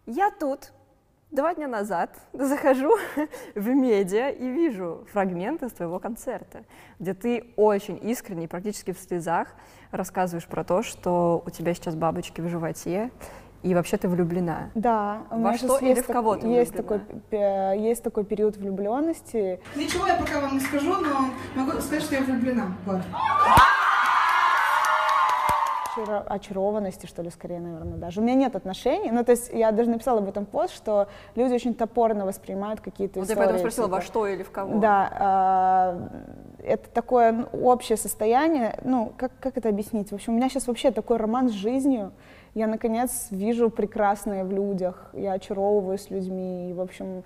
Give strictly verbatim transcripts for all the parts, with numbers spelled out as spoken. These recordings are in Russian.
Я тут два дня назад захожу в медиа и вижу фрагменты из твоего концерта, где ты очень искренне, практически в слезах, рассказываешь про то, что у тебя сейчас бабочки в животе, и вообще ты влюблена. Да. У Во меня что или в кого ты есть влюблена? Такой, есть такой период влюбленности. Ничего я пока вам не скажу, но могу сказать, что я влюблена. Вот. Очарованности, что ли, скорее, наверное, даже. У меня нет отношений, ну, то есть я даже написала об этом пост, что люди очень топорно воспринимают какие-то вот истории. Я поэтому спросила, типа, во что или в кого? Да, э, это такое ну, общее состояние, ну, как, как это объяснить? В общем, у меня сейчас вообще такой роман с жизнью, я, наконец, вижу прекрасное в людях, я очаровываюсь людьми, и, в общем,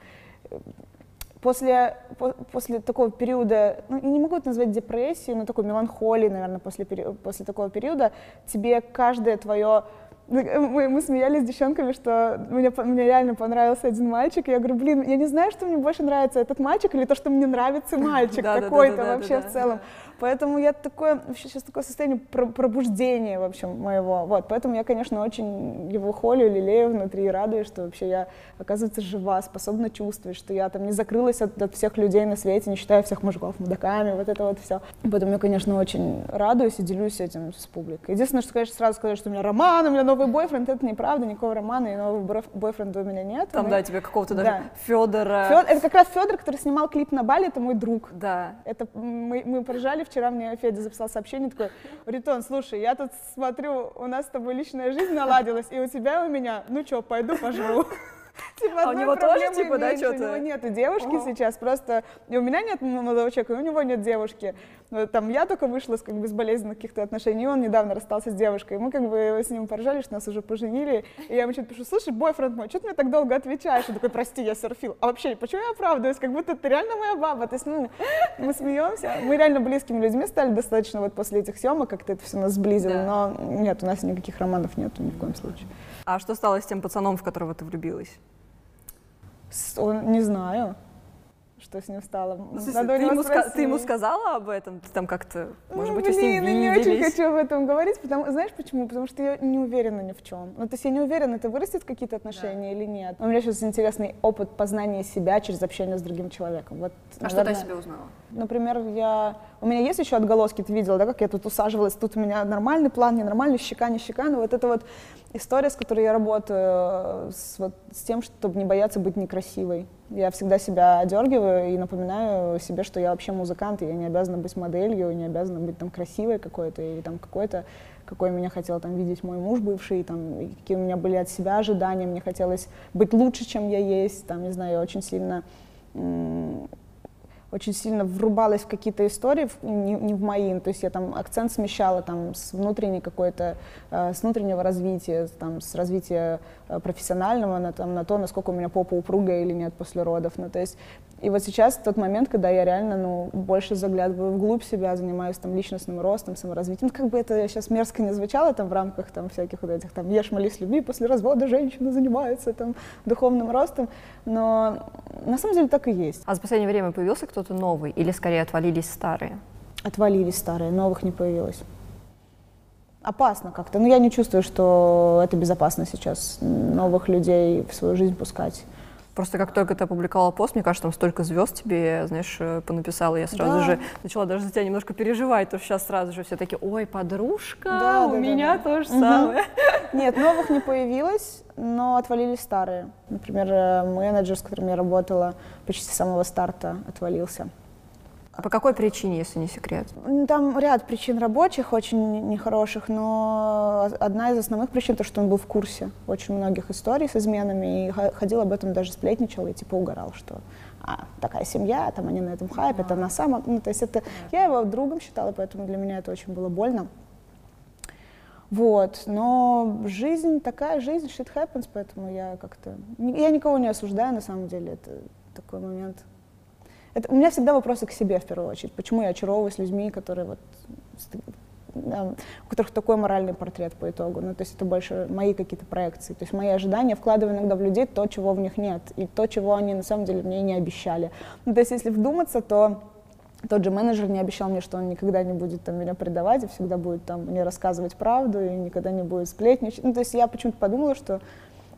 После, по, после такого периода, ну, не могу это назвать депрессией, но такой меланхолии, наверное, после, после такого периода, тебе каждое твое... Мы, мы смеялись с девчонками, что мне, мне реально понравился один мальчик, и я говорю, блин, я не знаю, что мне больше нравится, этот мальчик или то, что мне нравится мальчик какой-то вообще в целом. Поэтому я такое, сейчас такое состояние пробуждения, в общем, моего. Вот, поэтому я, конечно, очень его холю, лелею внутри и радуюсь, что вообще я, оказывается, жива, способна чувствовать, что я там не закрылась от, от всех людей на свете, не считаю всех мужиков мудаками, вот это вот все. Поэтому я, конечно, очень радуюсь и делюсь этим с публикой. Единственное, что, конечно, сразу сказать, что у меня роман, у меня новый бойфренд, это неправда, никакого романа и нового бойфренда у меня нет. Там, мы... да, тебе какого-то да. даже Федора. Фёд... Это как раз Федор, который снимал клип на Бали, это мой друг. Да. Это мы, мы поржали, вчера мне Федя записал сообщение, такой, Ритон, слушай, я тут смотрю, у нас с тобой личная жизнь наладилась, и у тебя и у меня, ну чё, пойду пожру. Типа, а у него тоже, типа, да, что-то? У что-то? него нету девушки uh-huh. сейчас, просто и у меня нет молодого человека, и у него нет девушки. Там я только вышла как бы, из болезненных каких-то отношений, и он недавно расстался с девушкой. И мы как бы с ним поржали, что нас уже поженили. И я ему что-то пишу, слушай, бойфренд мой, что ты мне так долго отвечаешь? Он такой, прости, я серфил. А вообще, почему я оправдываюсь? Как будто ты реально моя баба. То есть, ну, мы смеемся. Мы реально близкими людьми стали достаточно вот после этих съемок, как-то это все нас сблизило. Да. Но нет, у нас никаких романов нету ни в коем случае. А что стало с тем пацаном, в которого ты влюбилась? Он, не знаю, что с ним стало. Ну, слушай, ты, ему ска- ты ему сказала об этом? Ты там как-то, может ну, быть, блин, вы с ним я виделись? не очень хочу об этом говорить, потому, знаешь почему? Потому что я не уверена ни в чем. Ну, то есть я не уверена, это вырастет какие-то отношения да. или нет. У меня сейчас интересный опыт познания себя через общение с другим человеком. Вот, а наверное, что ты о себе узнала? Например, я... у меня есть еще отголоски, ты видела, да, как я тут усаживалась, тут у меня нормальный план, ненормальный, щека, не щека, но вот это вот история, с которой я работаю, с, вот, с тем, чтобы не бояться быть некрасивой. Я всегда себя одергиваю и напоминаю себе, что я вообще музыкант, и я не обязана быть моделью, не обязана быть там красивой какой-то, или там какой-то, какой меня хотел там видеть мой муж бывший, там, и какие у меня были от себя ожидания, мне хотелось быть лучше, чем я есть, там, не знаю, я очень сильно... М- очень сильно врубалась в какие-то истории, не, не в мои, то есть я там акцент смещала там с внутренней какой-то, э, с внутреннего развития, там, с развития э, профессионального на, там, на то, насколько у меня попа упругая или нет после родов, ну, то есть, и вот сейчас тот момент, когда я реально, ну, больше заглядываю вглубь себя, занимаюсь там личностным ростом, саморазвитием, ну, как бы это сейчас мерзко не звучало там в рамках там всяких вот этих там «Ешь, молись, люби», после развода женщина занимается там духовным ростом, но на самом деле так и есть. А за последнее время появился кто-то новый или скорее отвалились старые? Отвалились старые, новых не появилось. Опасно как-то, но я не чувствую, что это безопасно сейчас, новых людей в свою жизнь пускать. Просто как только ты опубликовала пост, мне кажется, там столько звезд тебе, знаешь, понаписала, я сразу да. же начала даже за тебя немножко переживать, потому что сейчас сразу же все такие, ой, подружка, да, у да, меня да, да. то же угу. самое. Нет, новых не появилось, но отвалились старые. Например, менеджер, с которым я работала почти с самого старта, отвалился. А по какой причине, если не секрет? Там ряд причин рабочих, очень нехороших, но одна из основных причин, то, что он был в курсе очень многих историй с изменами, и ходил об этом, даже сплетничал и типа угорал, что а, такая семья, там они на этом хайпе, это на самом... Ну, то есть это... Я его другом считала, поэтому для меня это очень было больно. Вот, но жизнь такая, жизнь, shit happens, поэтому я как-то... Я никого не осуждаю, на самом деле, это такой момент... Это, у меня всегда вопросы к себе в первую очередь. Почему я очаровываюсь людьми, которые вот, да, у которых такой моральный портрет по итогу. Ну, то есть это больше мои какие-то проекции. То есть мои ожидания вкладываю иногда в людей то, чего в них нет, и то, чего они на самом деле мне не обещали. Ну, то есть если вдуматься, то тот же менеджер не обещал мне, что он никогда не будет там, меня предавать, и всегда будет там, мне рассказывать правду, и никогда не будет сплетничать. Ну, то есть я почему-то подумала, что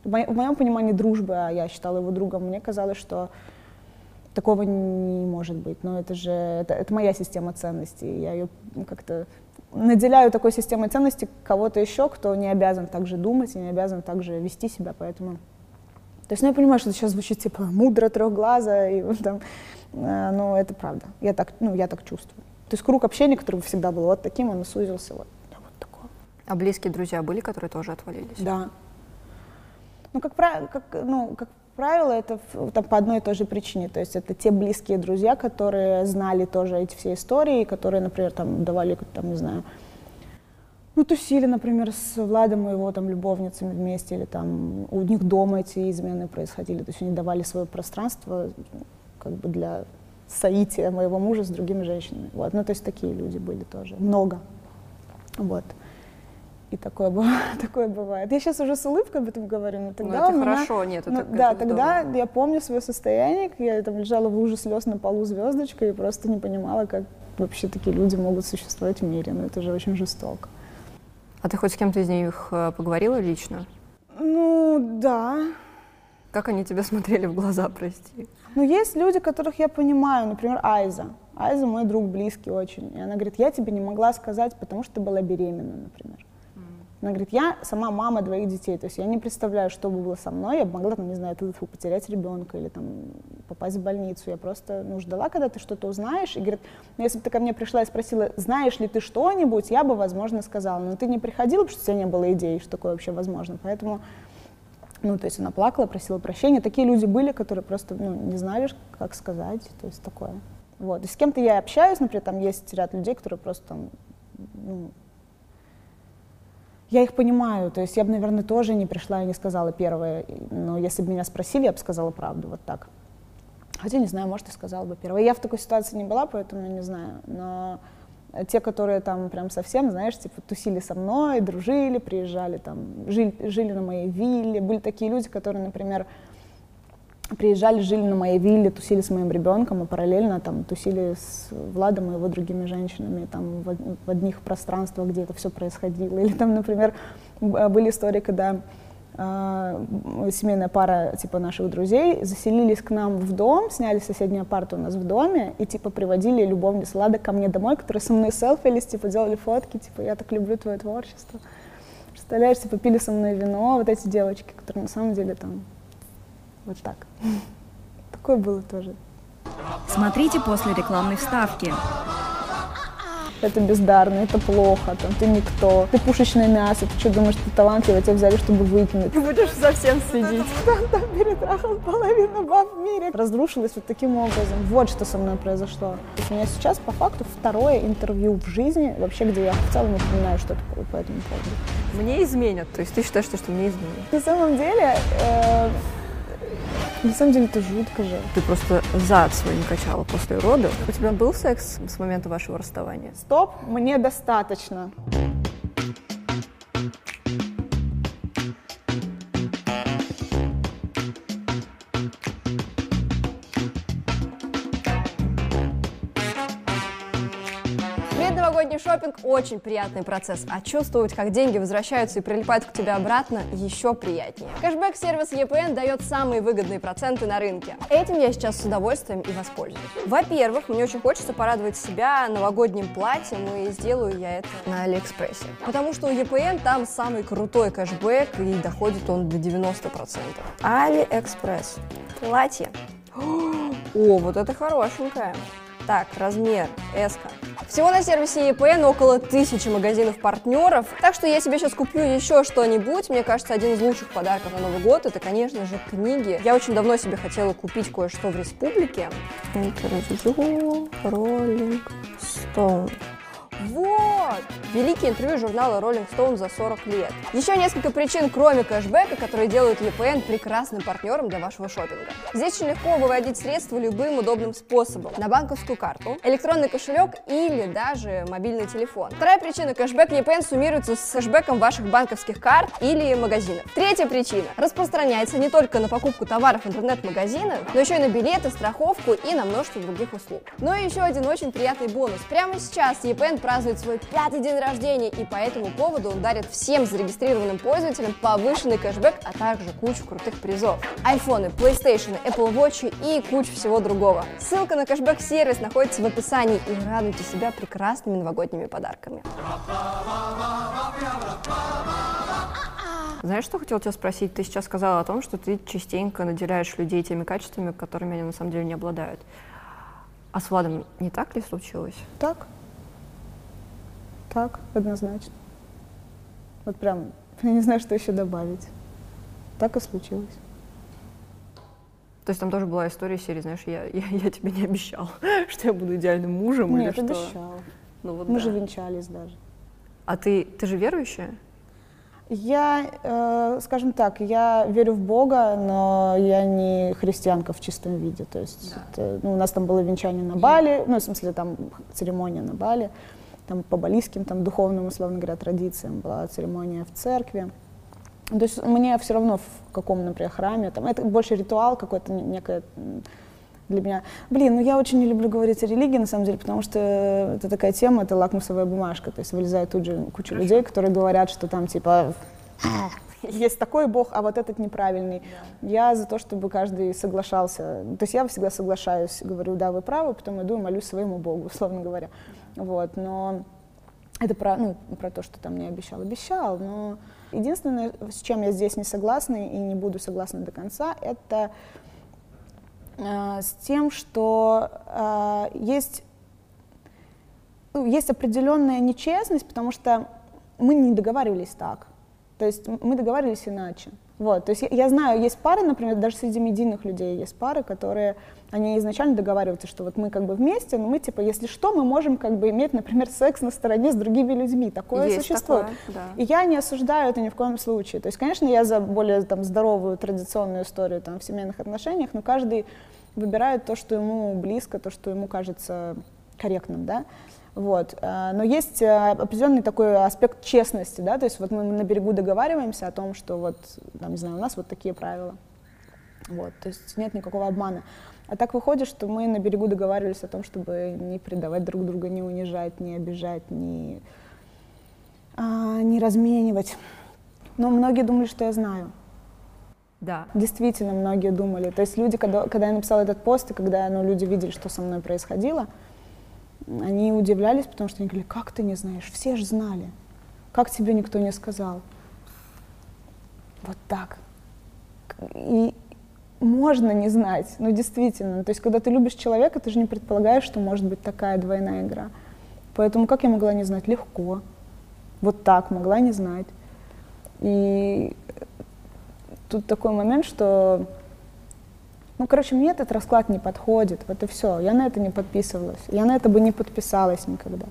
в моем понимании дружбы, а я считала его другом, мне казалось, что такого не может быть. Но это же, это, это моя система ценностей, я ее как-то наделяю такой системой ценностей кого-то еще, кто не обязан так же думать и не обязан так же вести себя, поэтому... То есть, ну, я понимаю, что это сейчас звучит, типа, мудро, трехглаза, и вот там, э, но это правда, я так, ну, я так чувствую. То есть круг общения, который всегда был вот таким, он сузился вот, вот такой. А близкие друзья были, которые тоже отвалились? Да. Ну, как, как, ну, как правило, это там, по одной и той же причине. То есть это те близкие друзья, которые знали тоже эти все истории, которые, например, там давали, там, не знаю, ну, тусили, например, с Владом и его там любовницами вместе, или там у них дома эти измены происходили. То есть они давали свое пространство как бы для соития моего мужа с другими женщинами. Вот. Ну, то есть такие люди были тоже. Много. Вот. И такое, такое бывает. Я сейчас уже с улыбкой об этом говорю, но тогда ну, это меня, хорошо, нет, ну, это да, это тогда здорово. Я помню свое состояние, я там лежала в луже слез на полу звездочкой и просто не понимала, как вообще такие люди могут существовать в мире. Ну, это же очень жестоко. А ты хоть с кем-то из них поговорила лично? Ну, да. Как они тебя смотрели в глаза, прости? Ну, есть люди, которых я понимаю, например, Айза. Айза мой друг близкий очень. И она говорит, я тебе не могла сказать, потому что ты была беременна, например. Она говорит, я сама мама двоих детей, то есть я не представляю, что бы было со мной, я бы могла, там, не знаю, потерять ребенка или там, попасть в больницу. Я просто ну, ждала, когда ты что-то узнаешь, и говорит, ну, если бы ты ко мне пришла и спросила, знаешь ли ты что-нибудь, я бы, возможно, сказала, но ты не приходила, потому что у тебя не было идей, что такое вообще возможно, поэтому, ну, то есть она плакала, просила прощения. Такие люди были, которые просто, ну, не знали, как сказать, то есть такое. Вот, и с кем-то я общаюсь, например, там есть ряд людей, которые просто там, ну, я их понимаю, то есть я бы, наверное, тоже не пришла и не сказала первое, но если бы меня спросили, я бы сказала правду, вот так. Хотя, не знаю, может, и сказала бы первое. Я в такой ситуации не была, поэтому я не знаю, но те, которые там прям совсем, знаешь, типа тусили со мной, дружили, приезжали там, жили, жили на моей вилле, были такие люди, которые, например, приезжали, жили на моей вилле, тусили с моим ребенком, и параллельно там тусили с Владом и его другими женщинами там в, в одних пространствах, где это все происходило. Или там, например, были истории, когда э, семейная пара типа наших друзей заселились к нам в дом, сняли соседнюю апарту у нас в доме и типа приводили любовниц Влада ко мне домой, которые со мной селфились, типа делали фотки, типа я так люблю твое творчество. Представляешь, типа пили со мной вино, вот эти девочки, которые на самом деле там вот так. Такое было тоже. Смотрите после рекламной вставки. Это бездарно, это плохо, там, ты никто, ты пушечное мясо, ты что думаешь, ты талантливый, тебя взяли, чтобы выкинуть. Ты будешь совсем следить. Да, перетрахал половину баб в мире. Разрушилась вот таким образом. Вот что со мной произошло. То есть у меня сейчас, по факту, второе интервью в жизни, вообще, где я в целом упоминаю что-то по этому поводу. Мне изменят, то есть ты считаешь, что мне изменят? На самом деле, э, на самом деле это жутко же. Ты просто зад свой не качала после родов. У тебя был секс с момента вашего расставания? Стоп, мне достаточно. Предновогодний шопинг – очень приятный процесс, а чувствовать, как деньги возвращаются и прилипают к тебе обратно, еще приятнее. Кэшбэк-сервис и пи эн дает самые выгодные проценты на рынке. Этим я сейчас с удовольствием и воспользуюсь. Во-первых, мне очень хочется порадовать себя новогодним платьем, и сделаю я это на Алиэкспрессе. Потому что у и пи эн там самый крутой кэшбэк, и доходит он до девяноста процентов. Алиэкспресс. Платье. О, вот это хорошенькое. Так, размер эс-ка. Всего на сервисе и пи эн около тысячи магазинов-партнеров, так что я себе сейчас куплю еще что-нибудь. Мне кажется, один из лучших подарков на Новый год – это, конечно же, книги. Я очень давно себе хотела купить кое-что в Республике. Интервью Rolling Stone. Вот! Великие интервью журнала Rolling Stone за сорок лет. Еще несколько причин, кроме кэшбэка, которые делают и пи эн прекрасным партнером для вашего шопинга. Здесь очень легко выводить средства любым удобным способом. На банковскую карту, электронный кошелек или даже мобильный телефон. Вторая причина, кэшбэк и пи эн суммируется с кэшбэком ваших банковских карт или магазинов. Третья причина. Распространяется не только на покупку товаров в интернет-магазинах, но еще и на билеты, страховку и на множество других услуг. Ну и еще один очень приятный бонус. Прямо сейчас и пи эн празднует празднует свой пятый день рождения, и по этому поводу он дарит всем зарегистрированным пользователям повышенный кэшбэк, а также кучу крутых призов. Айфоны, PlayStation, Apple Watch и куча всего другого. Ссылка на кэшбэк-сервис находится в описании, и радуйте себя прекрасными новогодними подарками. Знаешь, что хотела тебя спросить? Ты сейчас сказала о том, что ты частенько наделяешь людей теми качествами, которыми они на самом деле не обладают. А с Владом не так ли случилось? Так. Так, однозначно. Вот прям, я не знаю, что еще добавить. Так и случилось. То есть там тоже была история серии, знаешь, я, я, я тебе не обещал, что я буду идеальным мужем. Нет, или обещал. Что? Ну, вот Мы да. же венчались даже. А ты, ты же верующая? Я, э, скажем так, я верю в Бога, но я не христианка в чистом виде. То есть да. это, ну, у нас там было венчание на Бали, ну, в смысле, там церемония на Бали, там по балийским, там, духовным, условно говоря, традициям была церемония в церкви. То есть мне все равно в каком, например, храме, там, это больше ритуал какой-то, некое для меня. Блин, ну я очень не люблю говорить о религии, на самом деле, потому что это такая тема, это лакмусовая бумажка, то есть вылезает тут же куча Хорошо. людей, которые говорят, что там типа есть такой бог, а вот этот неправильный. Да. Я за то, чтобы каждый соглашался, то есть я всегда соглашаюсь, говорю, да, вы правы, потом иду и молюсь своему богу, условно говоря. Вот, но это про, ну, про то, что там мне обещал, обещал, но единственное, с чем я здесь не согласна и не буду согласна до конца, это э, с тем, что э, есть, ну, есть определенная нечестность, потому что мы не договаривались так, то есть мы договаривались иначе. Вот, то есть я, я знаю, есть пары, например, даже среди медийных людей есть пары, которые, они изначально договариваются, что вот мы как бы вместе, но мы типа, если что, мы можем как бы иметь, например, секс на стороне с другими людьми, такое есть существует. Такое, да. И я не осуждаю это ни в коем случае. То есть, конечно, я за более там здоровую традиционную историю там в семейных отношениях, но каждый выбирает то, что ему близко, то, что ему кажется корректным, да. Вот. Но есть определенный такой аспект честности, да, то есть вот мы на берегу договариваемся о том, что вот, там, не знаю, у нас вот такие правила, вот, то есть нет никакого обмана. А так выходит, что мы на берегу договаривались о том, чтобы не предавать друг друга, не унижать, не обижать, не, а, не разменивать. Но многие думали, что я знаю. Да. Действительно, многие думали. То есть люди, когда, когда я написала этот пост, и когда ну, люди видели, что со мной происходило, они удивлялись, потому что они говорили, как ты не знаешь, все же знали, как тебе никто не сказал. Вот так. И можно не знать, но действительно, то есть когда ты любишь человека, ты же не предполагаешь, что может быть такая двойная игра. Поэтому как я могла не знать? Легко. Вот так могла не знать. И тут такой момент, что ну, короче, мне этот расклад не подходит, вот и все. Я на это не подписывалась, я на это бы не подписалась никогда.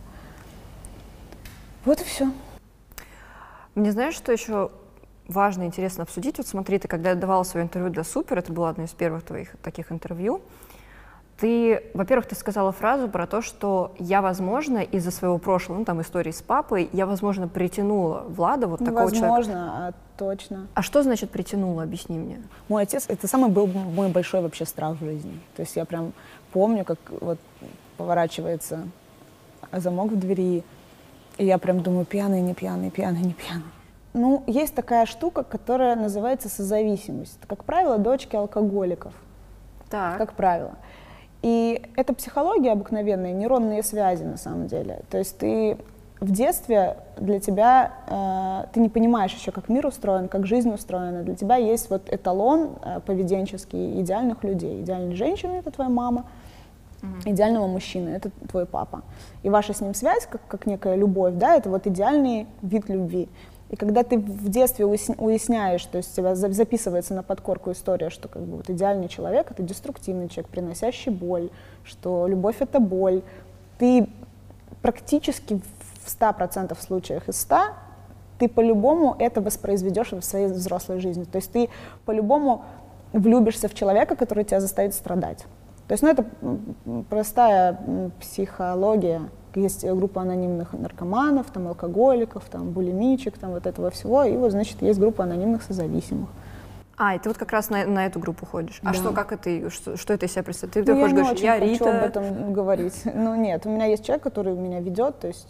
Вот и все. Мне знаешь, что еще важно и интересно обсудить? Вот смотри, ты когда давала свое интервью для Супер, это было одно из первых твоих таких интервью, ты, во-первых, ты сказала фразу про то, что я, возможно, из-за своего прошлого, ну, там, истории с папой, я, возможно, притянула Влада, вот такого возможно, человека. Возможно, а точно. А что значит притянула? Объясни мне. Мой отец, это самый был мой большой вообще страх в жизни. То есть я прям помню, как вот поворачивается замок в двери, и я прям думаю, пьяный, не пьяный, пьяный, не пьяный. Ну, есть такая штука, которая называется созависимость. Это, как правило, дочки алкоголиков. Так. Как правило. И это психология обыкновенная, нейронные связи на самом деле. То есть ты в детстве для тебя, э, ты не понимаешь еще, как мир устроен, как жизнь устроена. Для тебя есть вот эталон э, поведенческий идеальных людей. Идеальной женщины — это твоя мама, mm-hmm. идеального мужчины — это твой папа. И ваша с ним связь, как, как некая любовь, да, это вот идеальный вид любви. И когда ты в детстве уясняешь, то есть у тебя записывается на подкорку история, что как бы вот идеальный человек — это деструктивный человек, приносящий боль, что любовь — это боль, ты практически в ста процентах случаях из ста ты по-любому это воспроизведешь в своей взрослой жизни. То есть ты по-любому влюбишься в человека, который тебя заставит страдать. То есть, ну, это простая психология. Есть группа анонимных наркоманов, там, алкоголиков, там, булимичек, там, вот этого всего, и вот, значит, есть группа анонимных созависимых. А, и ты вот как раз на, на эту группу ходишь. Да. А что, как это, что, что это из себя представляет? Ты, ну, ты хочешь я говорить, я Рита? Я не хочу об этом говорить. Ну, нет, у меня есть человек, который меня ведет, то есть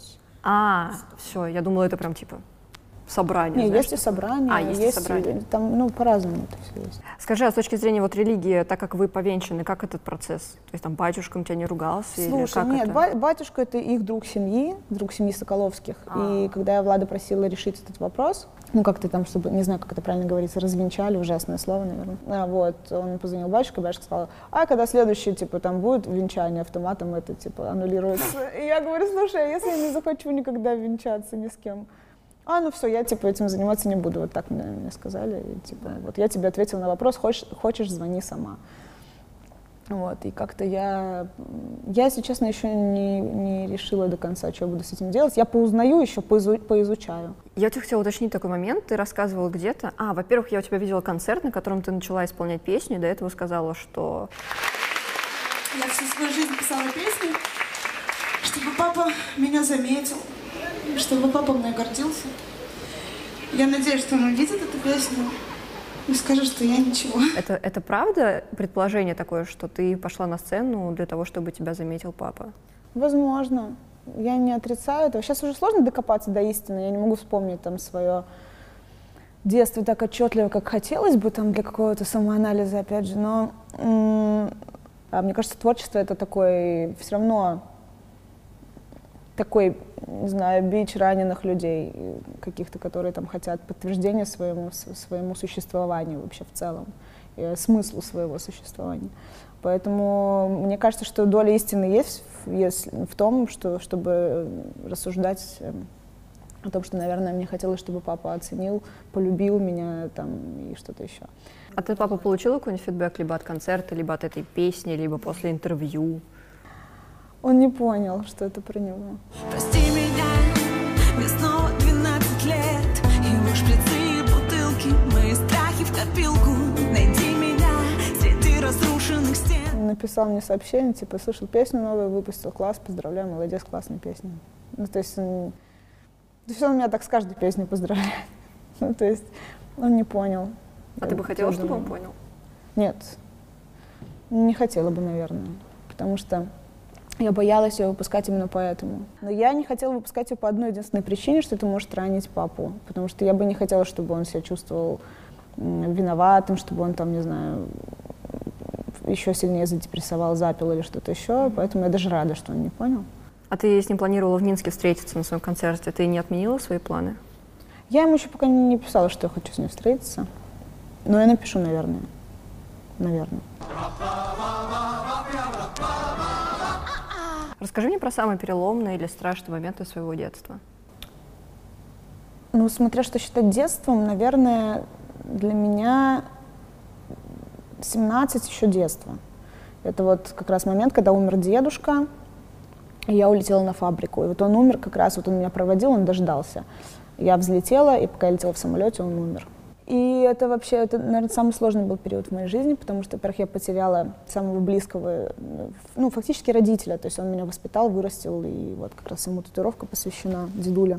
А, все, я думала, это прям типа собрание. Не, знаешь, есть и такое. собрания, А, есть и есть собрания. и- там, ну, по-разному это все есть. Скажи, а с точки зрения вот религии, так как вы повенчаны, как этот процесс? То есть там батюшка у тебя не ругался? или Слушай, как нет, это? ба- батюшка — это их друг семьи, друг семьи Соколовских. И когда я Влада просила решить этот вопрос, ну, как-то там, чтобы, не знаю, как это правильно говорится, развенчали, ужасное слово, наверное. А, вот, он позвонил батюшке, батюшка сказал, а когда следующий, типа, там будет венчание, автоматом это, типа, аннулируется. И я говорю, слушай, а если я не захочу никогда венчаться ни с кем? А, ну все, я, типа, этим заниматься не буду, вот так мне, мне сказали. И, типа, вот я тебе ответила на вопрос, хочешь, хочешь, звони сама. Вот, и как-то я, я, если честно, еще не, не решила до конца, что я буду с этим делать. Я поузнаю еще, поизу, поизучаю. Я у тебя хотела уточнить такой момент. Ты рассказывала где-то. А, во-первых, я у тебя видела концерт, на котором ты начала исполнять песню, и до этого сказала, что... Я всю свою жизнь писала песни, чтобы папа меня заметил, чтобы папа мной гордился. Я надеюсь, что он увидит эту песню и скажет, что я ничего. Это, это правда предположение такое, что ты пошла на сцену для того, чтобы тебя заметил папа? Возможно. Я не отрицаю этого. Сейчас уже сложно докопаться до истины. Я не могу вспомнить там свое детство так отчетливо, как хотелось бы, там, для какого-то самоанализа, опять же. Но м- а мне кажется, творчество — это такой все равно такой, не знаю, бич раненых людей, каких-то, которые там хотят подтверждения своему, своему существованию вообще в целом, и смыслу своего существования. Поэтому мне кажется, что доля истины есть в, есть в том, что, чтобы рассуждать о том, что, наверное, мне хотелось, чтобы папа оценил, полюбил меня там и что-то еще. А ты, папа, получила какой-нибудь фидбэк либо от концерта, либо от этой песни, либо после интервью? Он не понял, что это про него. Прости меня, мне снова двенадцать лет, его шприцы и бутылки, мои страхи в копилку. Найди меня среди разрушенных стен. Он написал мне сообщение, типа, слышал песню новую, выпустил, класс, поздравляю, молодец, классная песня. Ну, то есть он, то есть он меня так с каждой песней поздравляет. Ну, то есть он не понял. А ты бы хотела, чтобы он понял? Нет, не хотела бы, наверное, потому что я боялась ее выпускать именно поэтому. Но я не хотела выпускать ее по одной единственной причине, что это может ранить папу. Потому что я бы не хотела, чтобы он себя чувствовал виноватым, чтобы он там, не знаю, еще сильнее задепрессовал, запил или что-то еще. Mm-hmm. Поэтому я даже рада, что он не понял. А ты с ним планировала в Минске встретиться на своем концерте? Ты не отменила свои планы? Я ему еще пока не писала, что я хочу с ним встретиться. Но я напишу, наверное. Наверное. Расскажи мне про самые переломные или страшные моменты своего детства. Ну, смотря что считать детством, наверное, для меня семнадцать еще детство. Это вот как раз момент, когда умер дедушка, и я улетела на фабрику. И вот он умер как раз, вот он меня проводил, он дождался. Я взлетела, и пока я летела в самолете, он умер. И это вообще, это, наверное, самый сложный был период в моей жизни, потому что, во-первых, я потеряла самого близкого, ну, фактически родителя, то есть он меня воспитал, вырастил, и вот как раз ему татуировка посвящена, дедуля.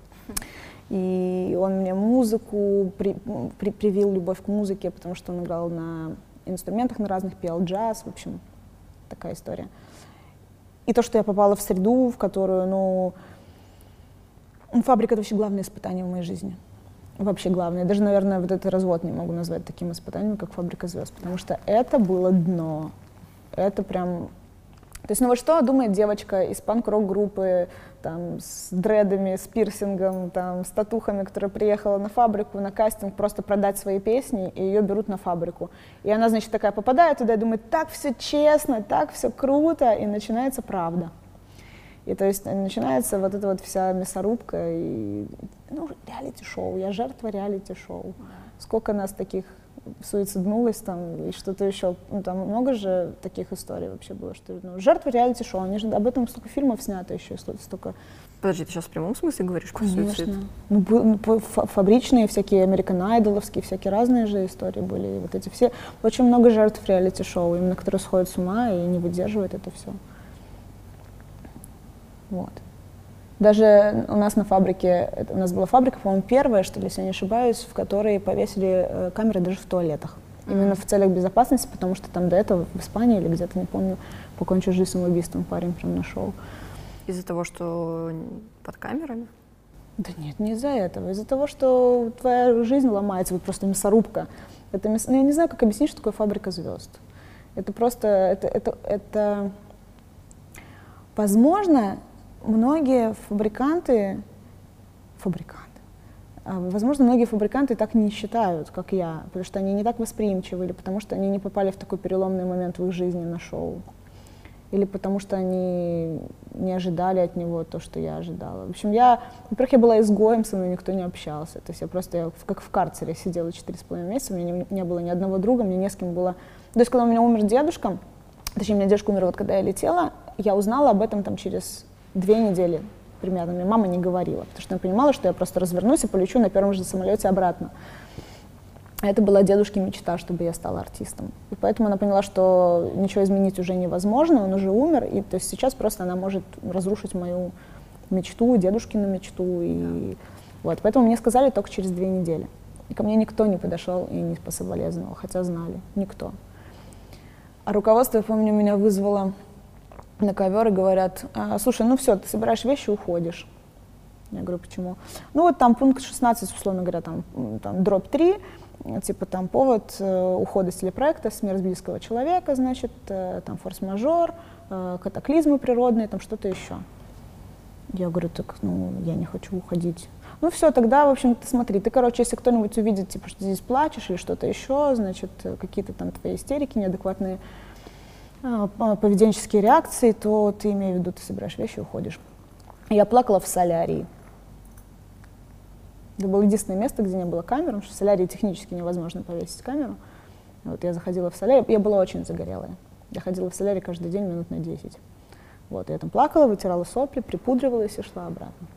И он мне музыку, при, при, привил любовь к музыке, потому что он играл на инструментах на разных, пел джаз, в общем, такая история. И то, что я попала в среду, в которую, ну, фабрика — это вообще главное испытание в моей жизни. Вообще главное. Даже, наверное, вот этот развод не могу назвать таким испытанием, как «Фабрика звезд», потому что это было дно. Это прям... То есть, ну вот что думает девочка из панк-рок-группы, там, с дредами, с пирсингом, там, с татухами, которая приехала на фабрику, на кастинг, просто продать свои песни, и ее берут на фабрику. И она, значит, такая попадает туда и думает, так все честно, так все круто, и начинается правда. И то есть начинается вот эта вот вся мясорубка, и, ну, реалити-шоу, я жертва реалити-шоу. Сколько нас таких суициднулось там, и что-то еще, ну, там много же таких историй вообще было, что, ну, жертва реалити-шоу, они же, об этом столько фильмов снято еще, столько... Подожди, ты сейчас в прямом смысле говоришь про суицид? Конечно. Ну, ну, фабричные всякие, американ-айдоловские, всякие разные же истории были, и вот эти все, очень много жертв реалити-шоу, именно которые сходят с ума и не выдерживают это все. Вот. Даже у нас на фабрике, у нас была фабрика, по-моему, первая, что ли, если я не ошибаюсь, в которой повесили э, камеры даже в туалетах. Mm-hmm. Именно в целях безопасности, потому что там до этого в Испании или где-то, не помню, покончил жизнь самоубийством парень прям нашел. Из-за того, что под камерами? Да нет, не из-за этого. Из-за того, что твоя жизнь ломается, вот просто мясорубка. Это мяс... ну, я не знаю, как объяснить, что такое фабрика звезд. Это просто, это, это, это... Возможно, многие фабриканты, фабриканты, возможно, многие фабриканты так не считают, как я, потому что они не так восприимчивы, или потому что они не попали в такой переломный момент в их жизни на шоу, или потому что они не ожидали от него то, что я ожидала. В общем, я, во-первых, я была изгоем, со мной никто не общался, то есть я просто, я как в карцере сидела четыре с половиной месяца, у меня не, не было ни одного друга, мне не с кем было. То есть, когда у меня умер дедушка, точнее, у меня дедушка умер, вот когда я летела, я узнала об этом там через две недели примерно. Мне мама не говорила, потому что она понимала, что я просто развернусь и полечу на первом же самолете обратно. А это была дедушке мечта, чтобы я стала артистом. И поэтому она поняла, что ничего изменить уже невозможно, он уже умер, и то есть сейчас просто она может разрушить мою мечту, дедушкину мечту. И вот. Поэтому мне сказали только через две недели. И ко мне никто не подошел и не пособолезновал, хотя знали, никто. А руководство, я помню, меня вызвало на ковер и говорят: а, слушай, ну все, ты собираешь вещи, уходишь. Я говорю, почему? Ну вот там пункт шестнадцать, условно говоря, там, там дробь три, типа там повод э, ухода с телепроекта, смерть близкого человека, значит, э, там форс-мажор, э, катаклизмы природные, там что-то еще. Я говорю, так, ну, я не хочу уходить. Ну все, тогда, в общем, ты смотри, ты, короче, если кто-нибудь увидит, типа, что ты здесь плачешь или что-то еще, значит, какие-то там твои истерики, неадекватные поведенческие реакции, то ты, имею в виду, ты собираешь вещи и уходишь. Я плакала в солярии. Это было единственное место, где не было камер, потому что в солярии технически невозможно повесить камеру. Вот я заходила в солярий, я была очень загорелая. Я ходила в солярий каждый день минут на десять. Вот, я там плакала, вытирала сопли, припудривалась и шла обратно.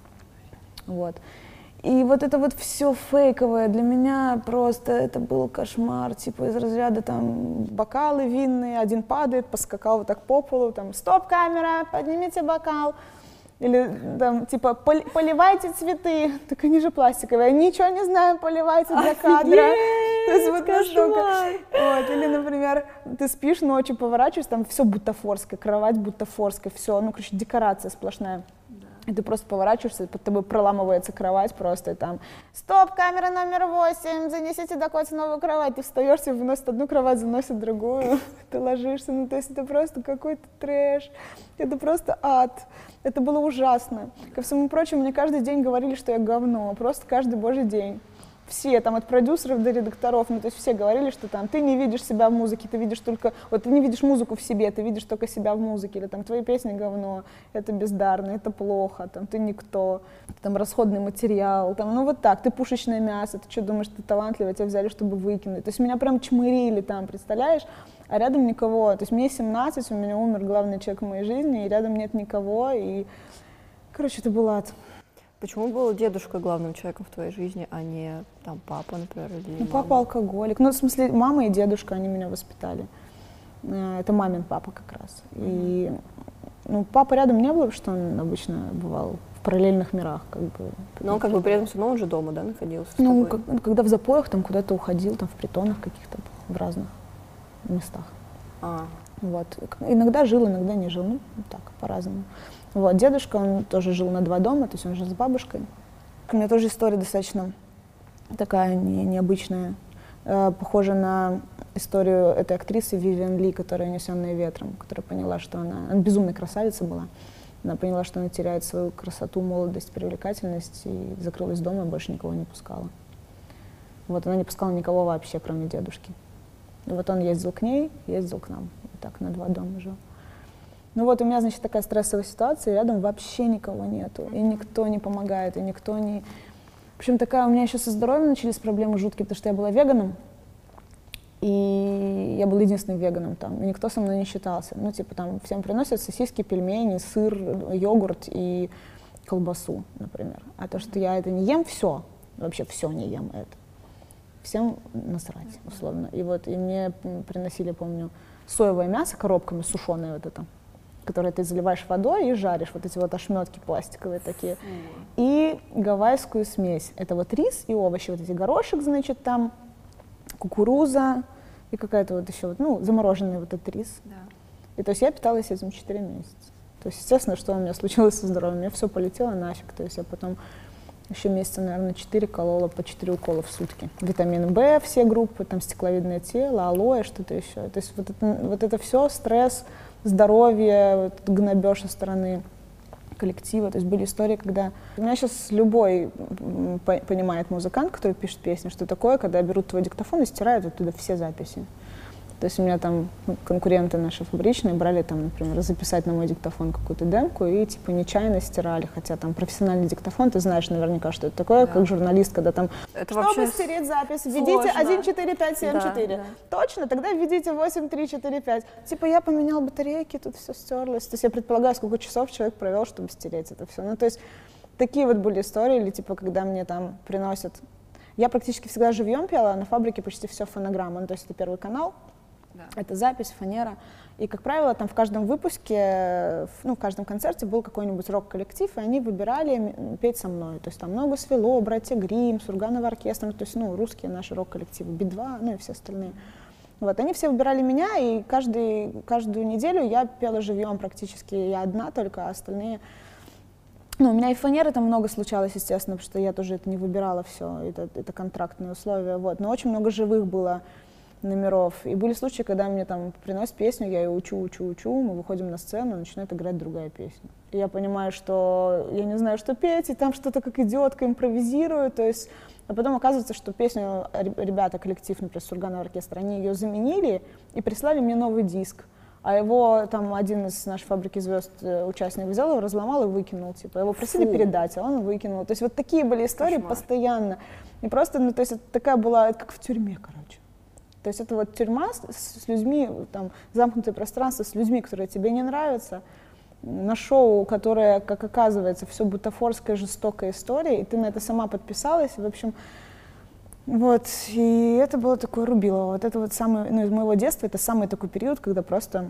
Вот. И вот это вот все фейковое для меня просто, это был кошмар, типа из разряда там бокалы винные, один падает, поскакал вот так по полу, там стоп, камера, поднимите бокал. Или там типа поливайте цветы, так они же пластиковые, ничего не знаю, поливайте для кадра. То есть вот настолько. Вот. Или, например, ты спишь ночью, поворачиваешься, там все бутафорское, кровать бутафорская, все, ну, короче, декорация сплошная. И ты просто поворачиваешься, под тобой проламывается кровать просто, и там «Стоп, камера номер восемь, занесите Дакоте новую кровать». Ты встаешь, тебе выносят одну кровать, заносят другую, ты ложишься. Ну, то есть это просто какой-то трэш, это просто ад. Это было ужасно. Ко всему прочему, мне каждый день говорили, что я говно, просто каждый божий день. Все, там, от продюсеров до редакторов, ну, то есть все говорили, что там ты не видишь себя в музыке, ты видишь только, вот ты не видишь музыку в себе, ты видишь только себя в музыке, или там твои песни говно, это бездарно, это плохо, там, ты никто, там, расходный материал, там, ну, вот так, ты пушечное мясо, ты что, думаешь, ты талантливый, тебя взяли, чтобы выкинуть, то есть меня прям чмырили там, представляешь, а рядом никого, то есть мне семнадцать, у меня умер главный человек в моей жизни, и рядом нет никого, и, короче, это был ад. Почему был дедушка главным человеком в твоей жизни, а не там папа, например, или Ну, мама? папа алкоголик. Ну, в смысле, мама и дедушка, они меня воспитали. Это мамин папа как раз. И, ну, папа рядом не было, потому что он обычно бывал в параллельных мирах, как бы. Но он как бы при этом все равно он же дома, да, находился с Ну, тобой? как, когда в запоях там куда-то уходил, там в притонах каких-то, в разных местах. А. Вот. Иногда жил, иногда не жил. Ну, так, по-разному. Вот, дедушка, он тоже жил на два дома, то есть он жил с бабушкой. У меня тоже история достаточно такая не, необычная, э, похожа на историю этой актрисы Вивиан Ли, которая «Унесенная ветром», которая поняла, что она, она безумная красавица была, она поняла, что она теряет свою красоту, молодость, привлекательность, и закрылась дома и больше никого не пускала. Вот, она не пускала никого вообще, кроме дедушки. И вот он ездил к ней, ездил к нам, и так на два дома жил. Ну вот у меня, значит, такая стрессовая ситуация, рядом вообще никого нету, и никто не помогает, и никто не... В общем, такая у меня еще со здоровьем начались проблемы жуткие, потому что я была веганом, и я была единственным веганом там, и никто со мной не считался. Ну, типа там всем приносят сосиски, пельмени, сыр, йогурт и колбасу, например. А то, что я это не ем, все, вообще все не ем это. Всем насрать, условно. И вот, и мне приносили, помню, соевое мясо коробками, сушеное вот это, которое ты заливаешь водой и жаришь, вот эти вот ошметки пластиковые такие, и гавайскую смесь. Это вот рис и овощи, вот эти горошек, значит, там, кукуруза и какая-то вот еще, вот, ну, замороженный вот этот рис. Да. И то есть я питалась этим четыре месяца. То есть, естественно, что у меня случилось со здоровьем, у меня все полетело нафиг. То есть я потом еще месяца, наверное, четыре колола по четыре укола в сутки. Витамин В, все группы, там стекловидное тело, алоэ, что-то еще. То есть вот это, вот это все, стресс, здоровье, вот этот гнобеж со стороны коллектива. То есть были истории, когда... У меня сейчас любой понимает музыкант, который пишет песни, что такое, когда берут твой диктофон и стирают оттуда все записи. То есть у меня там конкуренты наши фабричные брали, там, например, записать на мой диктофон какую-то демку и типа нечаянно стирали, хотя там профессиональный диктофон, ты знаешь наверняка, что это такое, да. Как журналист, когда там, это чтобы стереть запись, введите один четыре пять семь четыре. Да, да. Точно, тогда введите восемь три четыре пять. Типа я поменял батарейки, тут все стерлось. То есть я предполагаю, сколько часов человек провел, чтобы стереть это все. Ну то есть такие вот были истории, или типа когда мне там приносят... Я практически всегда живьем пела, а на фабрике почти все фонограмма, ну то есть это Первый канал. Да. Это запись, фанера. И, как правило, там в каждом выпуске, ну, в каждом концерте был какой-нибудь рок-коллектив, и они выбирали петь со мной. То есть там «Ногу свело», «Братья Гримм», «Сурганова оркестр», то есть, ну, русские наши рок-коллективы, Би два, ну и все остальные. Вот, они все выбирали меня, и каждый, каждую неделю я пела живьем практически, я одна только, а остальные... Ну, у меня и фанеры там много случалось, естественно, потому что я тоже это не выбирала все, это, это контрактные условия, вот. Но очень много живых было номеров. И были случаи, когда мне там приносят песню, я ее учу, учу, учу, мы выходим на сцену, начинает играть другая песня. И я понимаю, что я не знаю, что петь, и там что-то как идиотка импровизирую, то есть... А потом оказывается, что песню ребята, коллектив, например, Сурганова оркестра, они ее заменили и прислали мне новый диск. А его там один из нашей фабрики звезд участник взял его, разломал и выкинул. Типа его просили Фу. передать, а он выкинул. То есть вот такие были истории Кошмар. Постоянно. И просто, ну, то есть это такая была, как в тюрьме, короче. То есть это вот тюрьма с, с людьми, там, замкнутое пространство с людьми, которые тебе не нравятся, на шоу, которое, как оказывается, все бутафорская, жестокая история, и ты на это сама подписалась, и, в общем, вот, и это было такое рубилово. Вот это вот самый, ну, из моего детства, это самый такой период, когда просто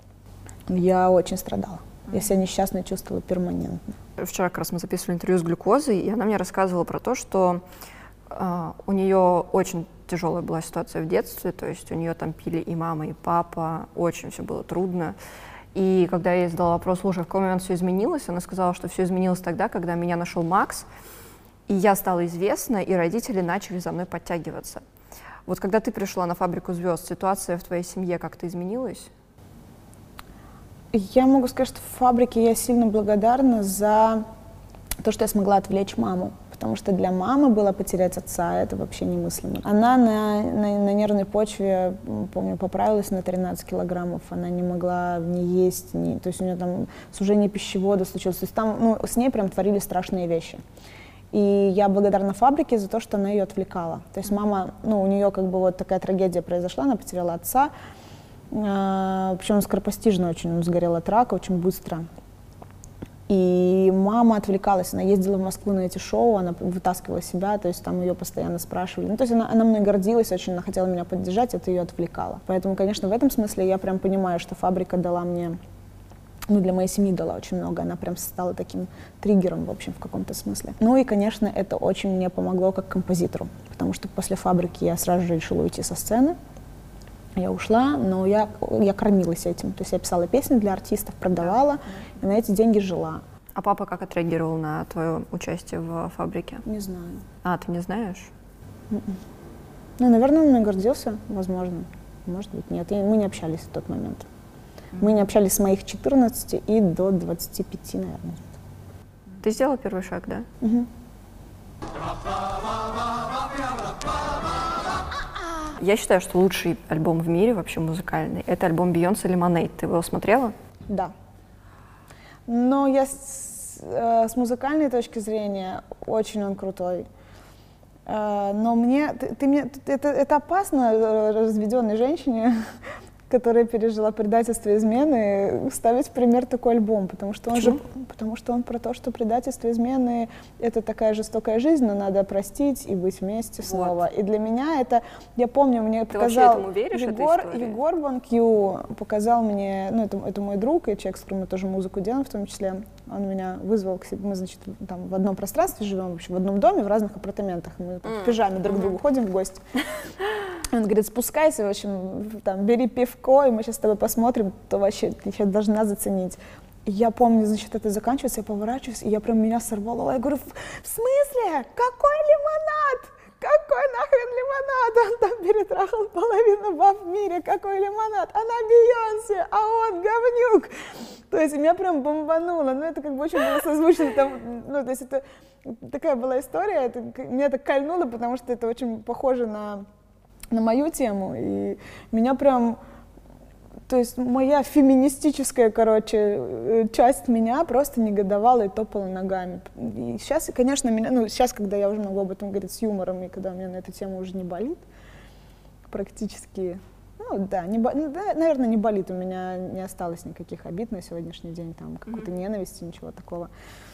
я очень страдала. Я себя несчастной чувствовала перманентно. Вчера как раз мы записывали интервью с Глюкозой, и она мне рассказывала про то, что э, у нее очень тяжелая была ситуация в детстве, то есть у нее там пили и мама, и папа, очень все было трудно. И когда я ей задала вопрос, слушай, в какой момент все изменилось, она сказала, что все изменилось тогда, когда меня нашел Макс, и я стала известна, и родители начали за мной подтягиваться. Вот когда ты пришла на «Фабрику звезд», ситуация в твоей семье как-то изменилась? Я могу сказать, что в «Фабрике» я сильно благодарна за то, что я смогла отвлечь маму. Потому что для мамы было потерять отца, это вообще немыслимо. Она на, на, на нервной почве, помню, поправилась на тринадцать килограммов, она не могла не есть, не, то есть у нее там сужение пищевода случилось. То есть там, ну, с ней прям творили страшные вещи. И я благодарна «Фабрике» за то, что она ее отвлекала. То есть мама, ну, у нее как бы вот такая трагедия произошла, она потеряла отца, э, причем скоропостижно очень, он сгорел от рака очень быстро. И мама отвлекалась, она ездила в Москву на эти шоу, она вытаскивала себя, то есть там ее постоянно спрашивали. Ну, то есть она, она мной гордилась очень, она хотела меня поддержать, это ее отвлекало. Поэтому, конечно, в этом смысле я прям понимаю, что «Фабрика» дала мне, ну, для моей семьи дала очень много, она прям стала таким триггером, в общем, в каком-то смысле. Ну и, конечно, это очень мне помогло как композитору, потому что после «Фабрики» я сразу же решила уйти со сцены. Я ушла, но я, я кормилась этим. То есть я писала песни для артистов, продавала, и на эти деньги жила. А папа как отреагировал на твое участие в «Фабрике»? Не знаю. А, ты не знаешь? Mm-mm. Ну, наверное, он мной гордился, возможно. Может быть, нет. И мы не общались в тот момент. Mm-hmm. Мы не общались с моих четырнадцати и до двадцати пяти, наверное. Ты сделала первый шаг, да? Mm-hmm. Я считаю, что лучший альбом в мире, вообще музыкальный, это альбом Бейонсе «Lemonade». Ты его смотрела? Да. Но я с, э, с музыкальной точки зрения очень он крутой. Э, но мне, ты, ты мне, это, это опасно разведенной женщине, которая пережила предательство и измены, ставить в пример такой альбом, потому что он же, потому что он про то, что предательство и измены — это такая жестокая жизнь, но надо простить и быть вместе снова. Вот. И для меня это, я помню, мне Ты показал этому веришь, Егор, Егор Бонкью показал мне, ну это, это мой друг и человек, с которым мы тоже музыку делаем в том числе. Он меня вызвал к себе, мы, значит, там в одном пространстве живем, в общем, в одном доме, в разных апартаментах, мы mm. в пижаме друг к другу ходим в гости. Он говорит, спускайся, в общем, там, бери пивко, и мы сейчас с тобой посмотрим, то вообще ты сейчас должна заценить. И я помню, значит, это заканчивается, я поворачиваюсь, и я прям меня сорвало. Я говорю, в смысле? Какой лимонад? Какой нахрен лимонад? Он там перетрахал половину баб в мире. Какой лимонад? Она Бейонсе, а он говнюк. То есть меня прям бомбануло. Ну, это как бы очень было созвучно. Там, ну, то есть это такая была история. Это, меня это кольнуло, потому что это очень похоже на, на мою тему. И меня прям... То есть моя феминистическая, короче, часть меня просто негодовала и топала ногами. И сейчас, конечно, меня, ну, сейчас, когда я уже могу об этом говорить с юмором, и когда у меня на эту тему уже не болит, практически, ну да, не, ну, да, наверное, не болит, у меня не осталось никаких обид на сегодняшний день, там, какой-то mm-hmm. ненависти, ничего такого.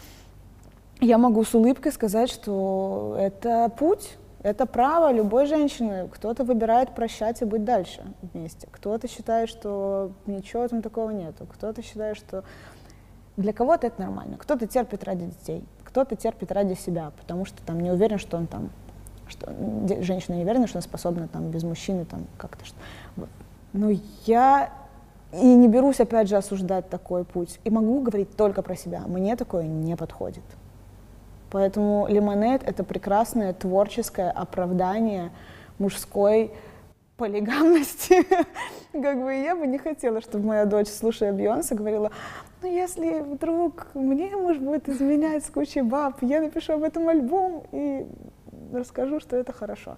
Я могу с улыбкой сказать, что это путь. Это право любой женщины. Кто-то выбирает прощать и быть дальше вместе. Кто-то считает, что ничего там такого нету. Кто-то считает, что для кого-то это нормально. Кто-то терпит ради детей, кто-то терпит ради себя, потому что там не уверен, что он там, что женщина не уверена, что она способна там без мужчины там как-то. Вот. Но я и не берусь опять же осуждать такой путь. И могу говорить только про себя. Мне такое не подходит. Поэтому Lemonade — это прекрасное творческое оправдание мужской полигамности. Как бы я бы не хотела, чтобы моя дочь, слушая Бейонсе, говорила, ну если вдруг мне муж будет изменять с кучей баб, я напишу об этом альбом и расскажу, что это хорошо.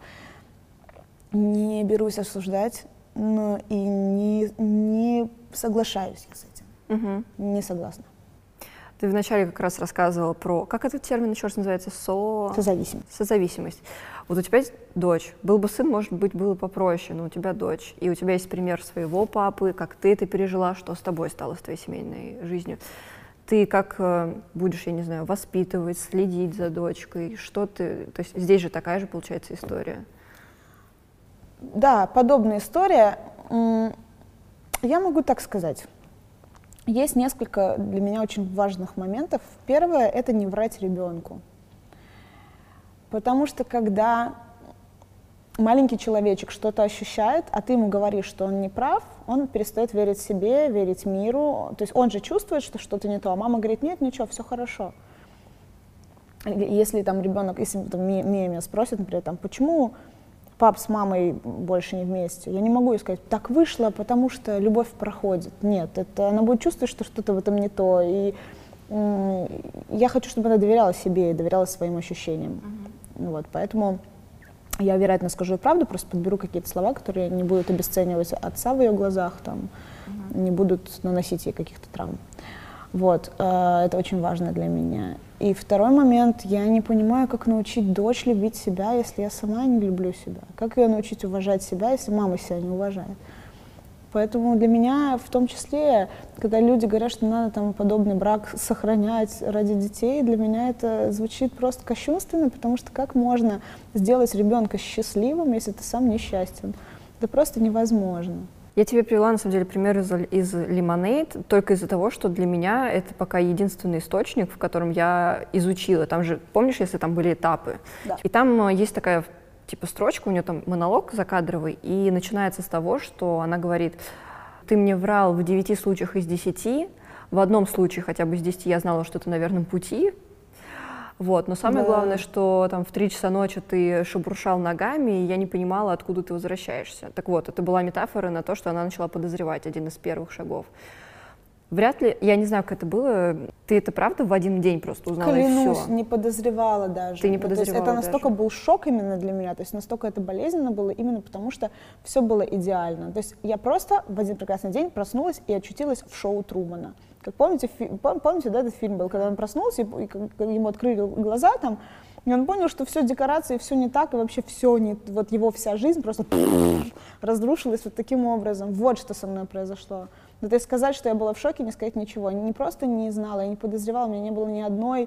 Не берусь осуждать, но и не, не соглашаюсь я с этим. Угу. Не согласна. Ты вначале как раз рассказывала про, как этот термин еще раз называется? Со... Созависимость. Созависимость. Вот у тебя есть дочь. Был бы сын, может быть, было попроще, но у тебя дочь. И у тебя есть пример своего папы, как ты это пережила, что с тобой стало, с твоей семейной жизнью. Ты как э, будешь, я не знаю, воспитывать, следить за дочкой? Что ты... То есть здесь же такая же, получается, история. Да, подобная история. Я могу так сказать. Есть несколько для меня очень важных моментов. Первое — это не врать ребенку. Потому что когда маленький человечек что-то ощущает, а ты ему говоришь, что он не прав, он перестает верить себе, верить миру. То есть он же чувствует, что что-то не то, а мама говорит, нет, ничего, все хорошо. Если там ребенок, если там, Мия меня спросит, например, там, почему пап с мамой больше не вместе, я не могу ей сказать, так вышло, потому что любовь проходит. Нет, это она будет чувствовать, что что-то в этом не то. И м- я хочу, чтобы она доверяла себе и доверяла своим ощущениям. Uh-huh. Вот, поэтому я, вероятно, скажу правду, просто подберу какие-то слова, которые не будут обесценивать отца в ее глазах, там, uh-huh. не будут наносить ей каких-то травм. Вот, э, это очень важно для меня. И второй момент, я не понимаю, как научить дочь любить себя, если я сама не люблю себя. Как ее научить уважать себя, если мама себя не уважает. Поэтому для меня, в том числе, когда люди говорят, что надо там подобный брак сохранять ради детей, для меня это звучит просто кощунственно, потому что как можно сделать ребенка счастливым, если ты сам несчастен? Это просто невозможно. Я тебе привела, на самом деле, пример из, из Lemonade только из-за того, что для меня это пока единственный источник, в котором я изучила. Там же, помнишь, если там были этапы? Да. И там есть такая, типа, строчка, у нее там монолог закадровый, и начинается с того, что она говорит, ты мне врал в девяти случаях из десяти, в одном случае хотя бы из десяти я знала, что ты на верном пути. Вот. Но самое да. главное, что там в три часа ночи ты шебуршал ногами, и я не понимала, откуда ты возвращаешься. Так вот, это была метафора на то, что она начала подозревать, один из первых шагов. Вряд ли, я не знаю, как это было, ты это правда в один день просто узнала? Клянусь, и все? не подозревала даже. Ты не подозревала. То есть это настолько даже. был шок именно для меня, то есть настолько это болезненно было именно потому, что все было идеально. То есть я просто в один прекрасный день проснулась и очутилась в шоу Трумана. Как помните, фи- помните, да, этот фильм был, когда он проснулся, и, и ему открыли глаза там, и он понял, что все декорации, все не так, и вообще все не, вот его вся жизнь просто разрушилась вот таким образом. Вот что со мной произошло. Ну, то есть сказать, что я была в шоке, не сказать ничего. Я не просто не знала, я не подозревала, у меня не было ни одной,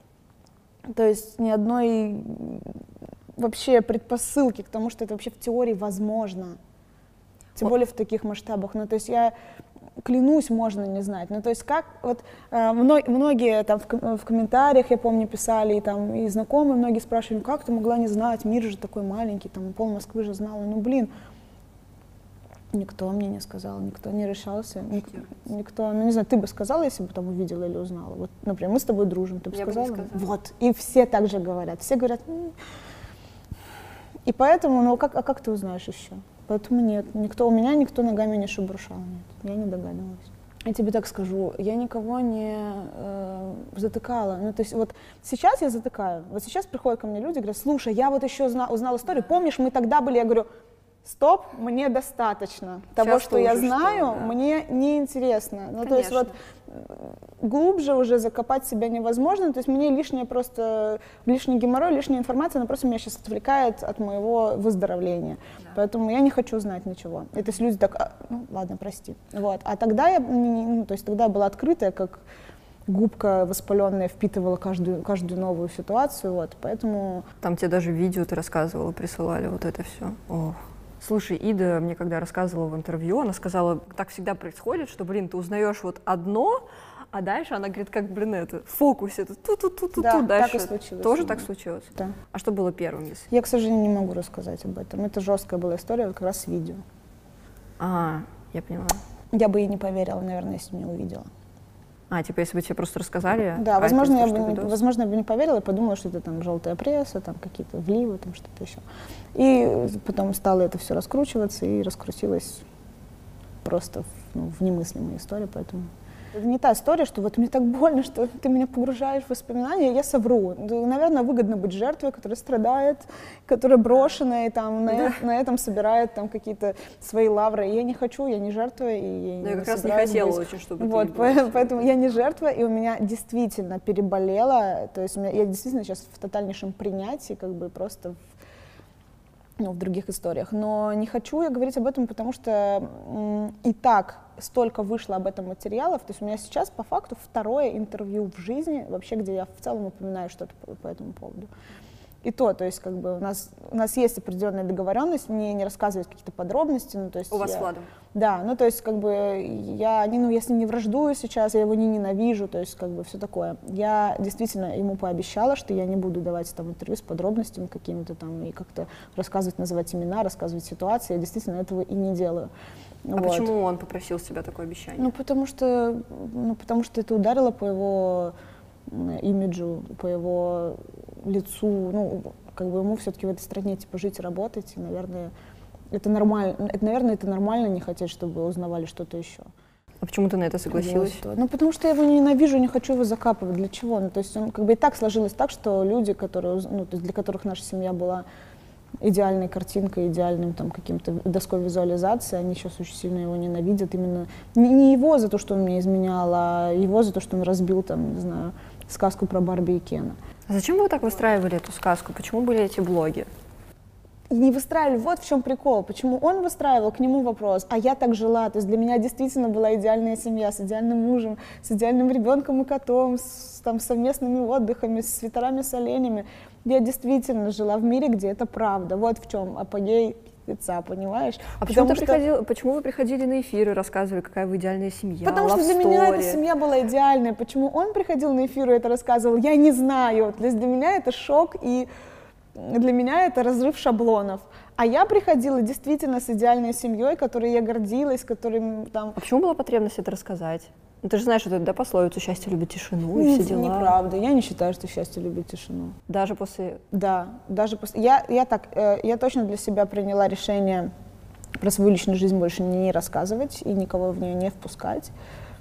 то есть ни одной вообще предпосылки к тому, что это вообще в теории возможно. Тем более в таких масштабах. Ну, то есть я клянусь, можно не знать. Ну, то есть как, вот э, мно, многие там в, в комментариях, я помню, писали, и там и знакомые многие спрашивали, как ты могла не знать, мир же такой маленький, там пол Москвы же знала. Ну, блин, Никто мне не сказал, никто не решался, ник, никто, ну не знаю, ты бы сказала, если бы там увидела или узнала. Вот, например, мы с тобой дружим, ты бы Я сказала? бы не сказала. Вот, и все так же говорят, все говорят, «М». И поэтому, ну как, а как ты узнаешь еще? Поэтому нет, никто, у меня никто ногами не шебуршал, нет, я не догадывалась. Я тебе так скажу, я никого не э, затыкала. Ну, то есть вот сейчас я затыкаю. Вот сейчас приходят ко мне люди и говорят, слушай, я вот еще зна- узнала историю, помнишь, мы тогда были, я говорю, стоп, мне достаточно того, Сейчас что я уже знаю, что, да. мне неинтересно. Ну, то есть вот глубже уже закопать себя невозможно, то есть мне лишнее просто, лишний геморрой, лишняя информация, она просто меня сейчас отвлекает от моего выздоровления. Да. Поэтому я не хочу знать ничего. И то есть люди так, а, ну ладно, прости. Вот. А тогда я, ну, то есть тогда я была открытая, как губка воспаленная, впитывала каждую, каждую новую ситуацию, вот, поэтому... Там тебе даже видео ты рассказывала, присылали вот это все. Ох. Слушай, Ида мне когда рассказывала в интервью, она сказала, так всегда происходит, что, блин, ты узнаешь вот одно, а дальше она говорит, как, блин, это, в фокусе, ту-ту-ту-ту-ту, да, дальше. Так и случилось. Тоже да. так случилось? Да. А что было первым, если? Я, к сожалению, не могу рассказать об этом. Это жесткая была история, как раз с видео. А, я поняла. Я бы ей не поверила, наверное, если бы не увидела. А, типа, если бы тебе просто рассказали? Да, а возможно, это я то, бы, что возможно, я бы не поверила и подумала, что это там желтая пресса, там какие-то вливы, там что-то еще. И потом стало это все раскручиваться и раскрутилось просто в, ну, в немыслимые истории, поэтому... Это не та история, что вот мне так больно, что ты меня погружаешь в воспоминания, я совру. Наверное, выгодно быть жертвой, которая страдает, которая брошена и там на, да. на этом собирает там какие-то свои лавры. И я не хочу, я не жертва. И я да, не я как раз не хотела быть. очень, чтобы вот, ты по- Поэтому я не жертва, и у меня действительно переболело. То есть у меня, я действительно сейчас в тотальнейшем принятии, как бы просто... В, ну, в других историях. Но не хочу я говорить об этом, потому что м, и так столько вышло об этом материалов. То есть у меня сейчас, по факту, второе интервью в жизни, вообще, где я в целом упоминаю что-то по, по этому поводу. И то, то есть, как бы, у нас, у нас есть определенная договоренность, мне не рассказывать какие-то подробности. Ну, то есть у вас я, с Владом? Да, ну, то есть, как бы, я, не, ну, я с ним не враждую сейчас, я его не ненавижу, то есть, как бы, все такое. Я действительно ему пообещала, что я не буду давать там интервью с подробностями какими-то там и как-то рассказывать, называть имена, рассказывать ситуации, я действительно этого и не делаю. А вот. почему он попросил с тебя такое обещание? Ну, потому что, ну, потому что это ударило по его имиджу, по его лицу, ну, как бы ему все-таки в этой стране, типа, жить и работать, и, наверное, это нормально, это, наверное, это нормально не хотеть, чтобы узнавали что-то еще. А почему ты на это согласилась? Ну, потому что я его ненавижу, не хочу его закапывать. Для чего? Ну, то есть он как бы и так сложилось так, что люди, которые, ну, то есть для которых наша семья была идеальной картинкой, идеальным там каким-то доской визуализации, они сейчас очень сильно его ненавидят. Именно не, не его за то, что он мне изменял, а его за то, что он разбил там, не знаю, сказку про Барби и Кена. А зачем вы так выстраивали эту сказку? Почему были эти блоги? И не выстраивали, вот в чем прикол, почему он выстраивал, к нему вопрос, а я так жила, то есть для меня действительно была идеальная семья с идеальным мужем, с идеальным ребенком и котом, с там, совместными отдыхами, с свитерами с оленями. Я действительно жила в мире, где это правда, вот в чем апогей лица, понимаешь? А почему, ты что... приходил, почему вы приходили на эфиры, рассказывали, какая вы идеальная семья, Потому что для love меня story? эта семья была идеальная. Почему он приходил на эфир и это рассказывал, я не знаю. То есть для меня это шок, и для меня это разрыв шаблонов. А я приходила действительно с идеальной семьей, которой я гордилась, которой там... А почему была потребность это рассказать? Ну, ты же знаешь, что это, да, пословицу «счастье любит тишину» и все дела. Неправда, я не считаю, что счастье любит тишину. Даже после... Да, даже после... Я, я так, э, я точно для себя приняла решение про свою личную жизнь больше не рассказывать и никого в нее не впускать.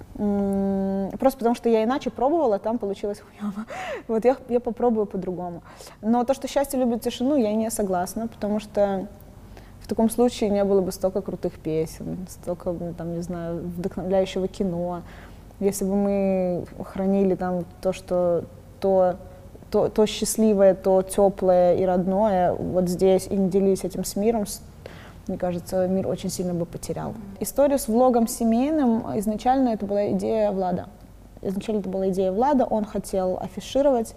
М-м, просто потому что я иначе пробовала, там получилось хуёво. Вот я, я попробую по-другому. Но то, что счастье любит тишину, я не согласна, потому что в таком случае не было бы столько крутых песен, столько, там, не знаю, вдохновляющего кино. Если бы мы хранили там то, что то, то, то счастливое, то теплое и родное вот здесь, и не делились этим с миром, мне кажется, мир очень сильно бы потерял. Историю с влогом семейным, изначально это была идея Влада. Изначально это была идея Влада, он хотел афишировать.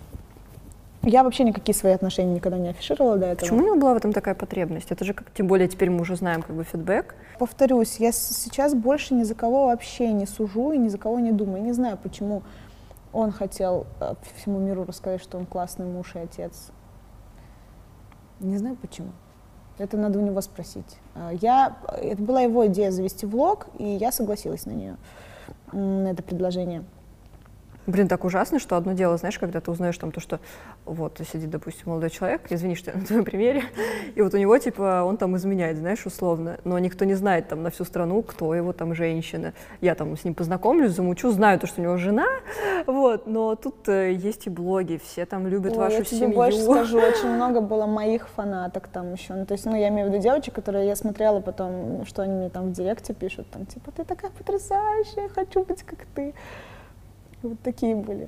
Я вообще никакие свои отношения никогда не афишировала до этого. Почему у него была в этом такая потребность? Это же, как, тем более, теперь мы уже знаем как бы фидбэк. Повторюсь, я сейчас больше ни за кого вообще не сужу и ни за кого не думаю. Я не знаю, почему он хотел всему миру рассказать, что он классный муж и отец. Не знаю почему. Это надо у него спросить. Я, это была его идея завести влог, и я согласилась на нее, на это предложение. Блин, так ужасно, что одно дело, знаешь, когда ты узнаешь там то, что вот сидит, допустим, молодой человек, извини, что я на твоем примере, и вот у него, типа, он там изменяет, знаешь, условно, но никто не знает там на всю страну, кто его там женщина. Я там с ним познакомлюсь, замучу, знаю то, что у него жена, вот, но тут э, есть и блоги, все там любят Ой, вашу я тебе семью. больше скажу, очень много было моих фанаток там еще, ну, то есть, ну, я имею в виду девочек, которые я смотрела потом, что они мне там в директе пишут, там, типа, ты такая потрясающая, хочу быть как ты. Вот такие были.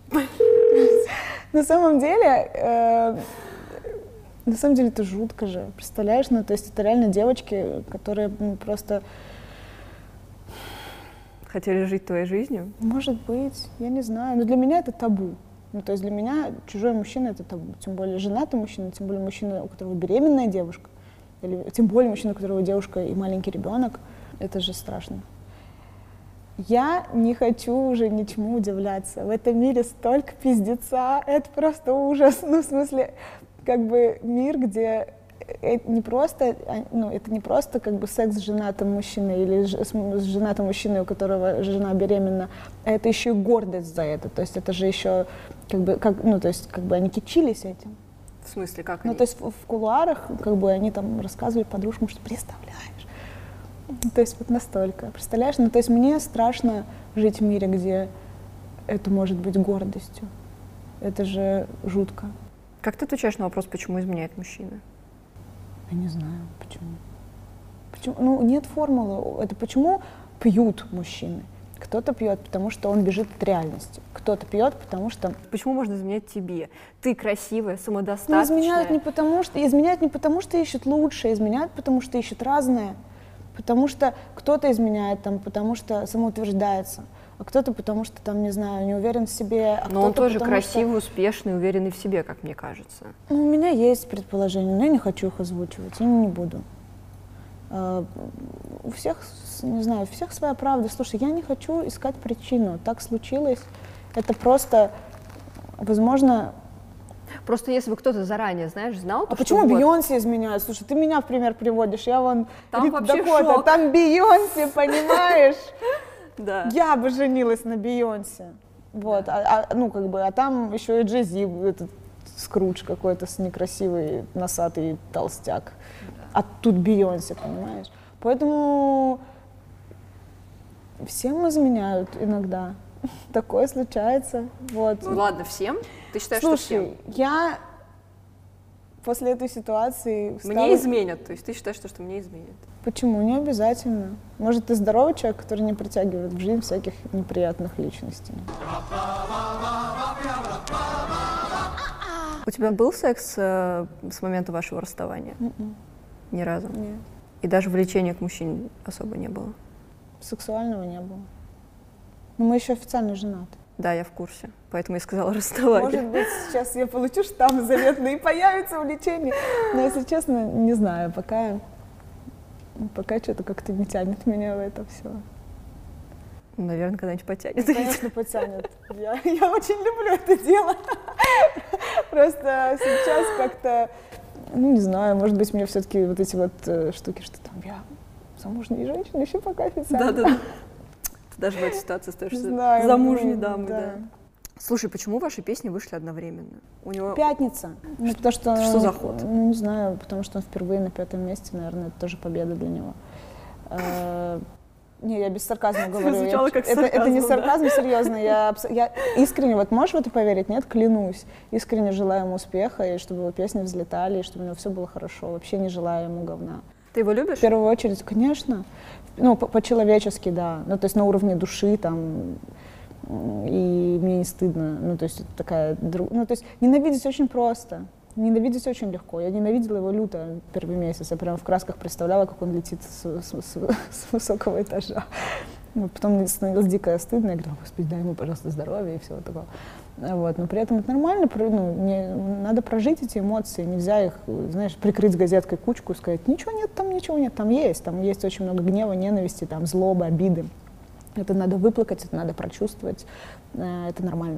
На самом деле, э, на самом деле это жутко же, представляешь? Ну, то есть это реально девочки, которые ну, просто... Хотели жить твоей жизнью? Может быть, я не знаю. Но для меня это табу. Ну, то есть для меня чужой мужчина — это табу. Тем более женатый мужчина, тем более мужчина, у которого беременная девушка, или тем более мужчина, у которого девушка и маленький ребенок. Это же страшно. Я не хочу уже ничему удивляться. В этом мире столько пиздеца, это просто ужас. Ну, в смысле, как бы мир, где это не просто, ну, это не просто как бы секс с женатым мужчиной или с женатым мужчиной, у которого жена беременна, а это еще и гордость за это. То есть это же еще как бы, как, ну, то есть как бы они кичились этим. В смысле, как Ну, они? то есть в, в кулуарах как бы они там рассказывали подружкам, что представляешь. То есть вот настолько, представляешь? Ну, то есть мне страшно жить в мире, где это может быть гордостью. Это же жутко. Как ты отвечаешь на вопрос, почему изменяет мужчина? Я не знаю, почему. Почему? Ну, нет формулы. Это почему пьют мужчины? Кто-то пьет, потому что он бежит от реальности. Кто-то пьет, потому что... Почему можно изменять тебе? Ты красивая, Ну, самодостаточная. изменяют не потому, что... Изменяют не потому, что ищут лучшее, изменяют, потому что ищут разное. Потому что кто-то изменяет, там, потому что самоутверждается, а кто-то потому что, там, не знаю, не уверен в себе. А но он тоже потому, красивый, что... успешный, уверенный в себе, как мне кажется. Ну, у меня есть предположения, но я не хочу их озвучивать, я не буду. Uh, у всех, не знаю, у всех своя правда. Слушай, я не хочу искать причину. Так случилось. Это просто, возможно... Просто если бы кто-то заранее, знаешь, знал, то А почему вот... Бейонсе изменяют? Слушай, ты меня в пример приводишь, я вон Там Рита вообще Дакота, шок. там Бейонсе, понимаешь? Да. Я бы женилась на Бейонсе. Вот, а, а, ну, как бы, а там еще и Джей-Зи, этот Скрудж какой-то с некрасивый, носатый толстяк. А тут Бейонсе, понимаешь? Поэтому всем изменяют иногда. Такое случается. Вот. Ну ладно, всем? Ты считаешь, Слушай, что всем? я после этой ситуации стала... Мне изменят, то есть ты считаешь, что, что мне изменят? Почему? Не обязательно. Может, ты здоровый человек, который не притягивает в жизнь всяких неприятных личностей. У тебя был секс э, с момента вашего расставания? Mm-mm. Ни разу? Нет. И даже влечения к мужчине особо не было? Сексуального не было. Но мы еще официально женаты. Да, я в курсе, поэтому я сказала расставание. Может быть, сейчас я получу штамп заветный и появится влечение. Но, если честно, не знаю, пока, пока что-то как-то не тянет меня в это все. Наверное, когда-нибудь потянет. Конечно, потянет. Я, я очень люблю это дело. Просто сейчас как-то, ну, не знаю, может быть, мне все-таки вот эти вот э, штуки, что там я замужняя женщина, еще пока официально. Да-да-да. Ты даже в этой ситуации остаешься Знаю, замужней ну, дамой, да. да. Слушай, почему ваши песни вышли одновременно? У него... Пятница. Ну, потому что, что за ход? Ну, не знаю, потому что он впервые на пятом месте, наверное, это тоже победа для него. Э, Не, я без сарказма говорю. Звучало Я- как это, это не сарказм, да. сарказм, серьезно. Я, абс- я искренне, вот можешь в это поверить? Нет, клянусь. Искренне желаю ему успеха, и чтобы его песни взлетали, и чтобы у него все было хорошо. Вообще не желаю ему говна. Ты его любишь? В первую очередь, конечно. Ну, по- по-человечески, да. Ну, то есть на уровне души, там, м, и мне не стыдно. Ну, то есть это такая... дру- Ну, то есть ненавидеть очень просто. Ненавидеть очень легко. Я ненавидела его люто первый месяц. Я прям в красках представляла, как он летит с, с- с- с высокого этажа. Вот, потом мне становилось дико стыдно. Я говорю: Господи, дай ему, пожалуйста, здоровья и всего такого. Вот. Но при этом это нормально. про- Ну, не, надо прожить эти эмоции. Нельзя их, знаешь, прикрыть газеткой кучку и сказать: ничего нет, там ничего нет. Там есть. Там есть очень много гнева, ненависти, там, злобы, обиды. Это надо выплакать, это надо прочувствовать. Э, Это нормально.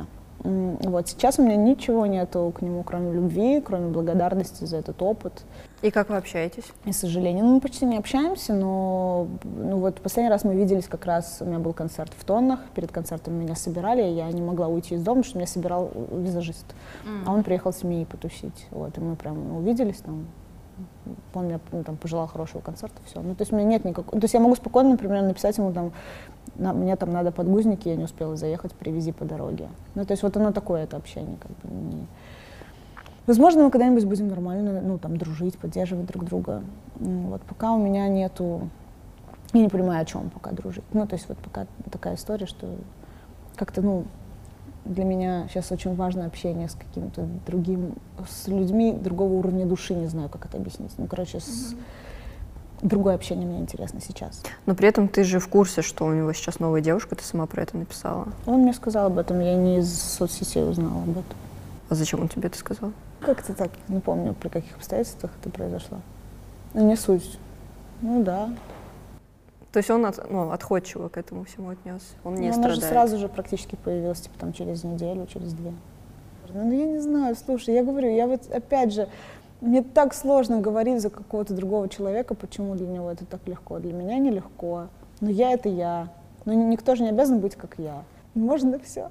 Вот сейчас у меня ничего нету к нему, кроме любви, кроме благодарности за этот опыт. И как вы общаетесь? И сожаление. Ну, мы почти не общаемся, но ну, вот последний раз мы виделись как раз, у меня был концерт в Тоннах, перед концертом меня собирали, я не могла уйти из дома, потому что меня собирал визажист, mm. а он приехал с семьей потусить, вот, и мы прям увиделись там, он мне ну, там, пожелал хорошего концерта, все. Ну, то есть у меня нет никакого, то есть я могу спокойно, например, написать ему там, на, мне там надо подгузники, я не успела заехать, привези по дороге. Ну, то есть вот оно такое, это общение, как бы не... Возможно, мы когда-нибудь будем нормально, ну, там, дружить, поддерживать друг друга. Вот, пока у меня нету... Я не понимаю, о чем пока дружить. Ну, то есть вот пока такая история, что как-то, ну, для меня сейчас очень важно общение с каким-то другим, с людьми другого уровня души, не знаю, как это объяснить. Ну, короче, с... Mm-hmm. другое общение мне интересно сейчас. Но при этом ты же в курсе, что у него сейчас новая девушка, ты сама про это написала. Он мне сказал об этом, я не из соцсетей узнала об этом. А зачем он тебе это сказал? Как-то так, не помню, при каких обстоятельствах это произошло. Ну, не суть. Ну, да. То есть он от, ну, отходчиво к этому всему отнес? Он не ну, страдает? Она же сразу же практически появилась, типа, там, через неделю, через две. Ну, я не знаю, слушай, я говорю, я вот, опять же, мне так сложно говорить за какого-то другого человека, почему для него это так легко. Для меня нелегко. Но я — это я. Но никто же не обязан быть, как я. Можно все.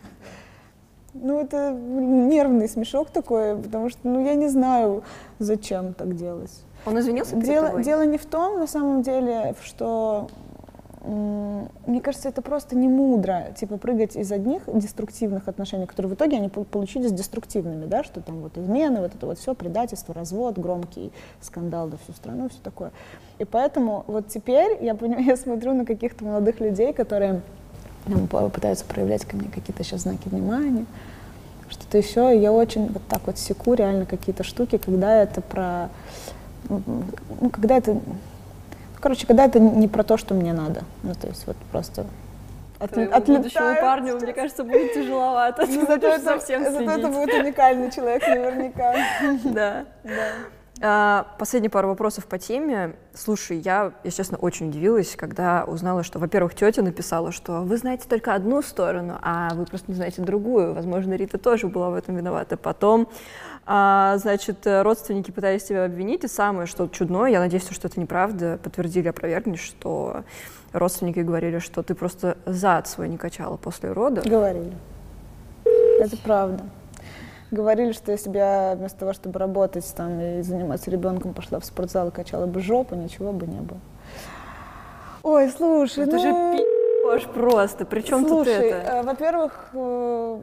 Ну, это нервный смешок такой, потому что, ну, я не знаю, зачем так делать. Он извинился перед дело, тобой? Дело не в том, на самом деле, что, м- мне кажется, это просто не мудро, типа, прыгать из одних деструктивных отношений, которые в итоге они получились деструктивными, да, что там вот измены, вот это вот все, предательство, развод, громкий скандал на всю страну, все такое. И поэтому вот теперь я, понимаю, я смотрю на каких-то молодых людей, которые пытаются проявлять ко мне какие-то сейчас знаки внимания, что-то еще, и я очень вот так вот секу реально какие-то штуки, когда это про, ну, когда это, короче, когда это не про то, что мне надо, ну, то есть вот просто Твоему будущему парню, мне кажется, будет тяжеловато, ты будешь совсем следить. Зато это будет уникальный человек наверняка. Да. А, последние пару вопросов по теме. Слушай, я, если честно, очень удивилась, когда узнала, что, во-первых, тетя написала, что вы знаете только одну сторону, а вы просто не знаете другую. Возможно, Рита тоже была в этом виновата. Потом, а, значит, родственники пытались тебя обвинить, и самое, что чудное, я надеюсь, что это неправда, подтвердили, опровергнешь, что родственники говорили, что ты просто зад свой не качала после родов. Говорили. Это правда. Говорили, что если бы я вместо того, чтобы работать там и заниматься ребенком, пошла в спортзал и качала бы жопу, ничего бы не было. Ой, слушай, это ну... же пи***ш просто, при чем тут это? Слушай, во-первых, э,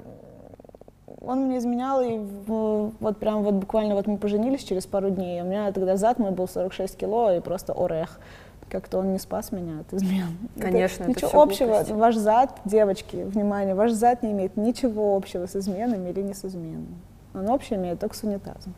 он мне изменял, и в, вот прям вот буквально вот мы поженились через пару дней, у меня тогда зад мой был сорок шесть кило, и просто орех. Как-то он не спас меня от измен. Конечно, это, это ничего общего. Глупости. Ваш зад, девочки, внимание, ваш зад не имеет ничего общего с изменами или не с изменами. Он общее имеет только с унитазом.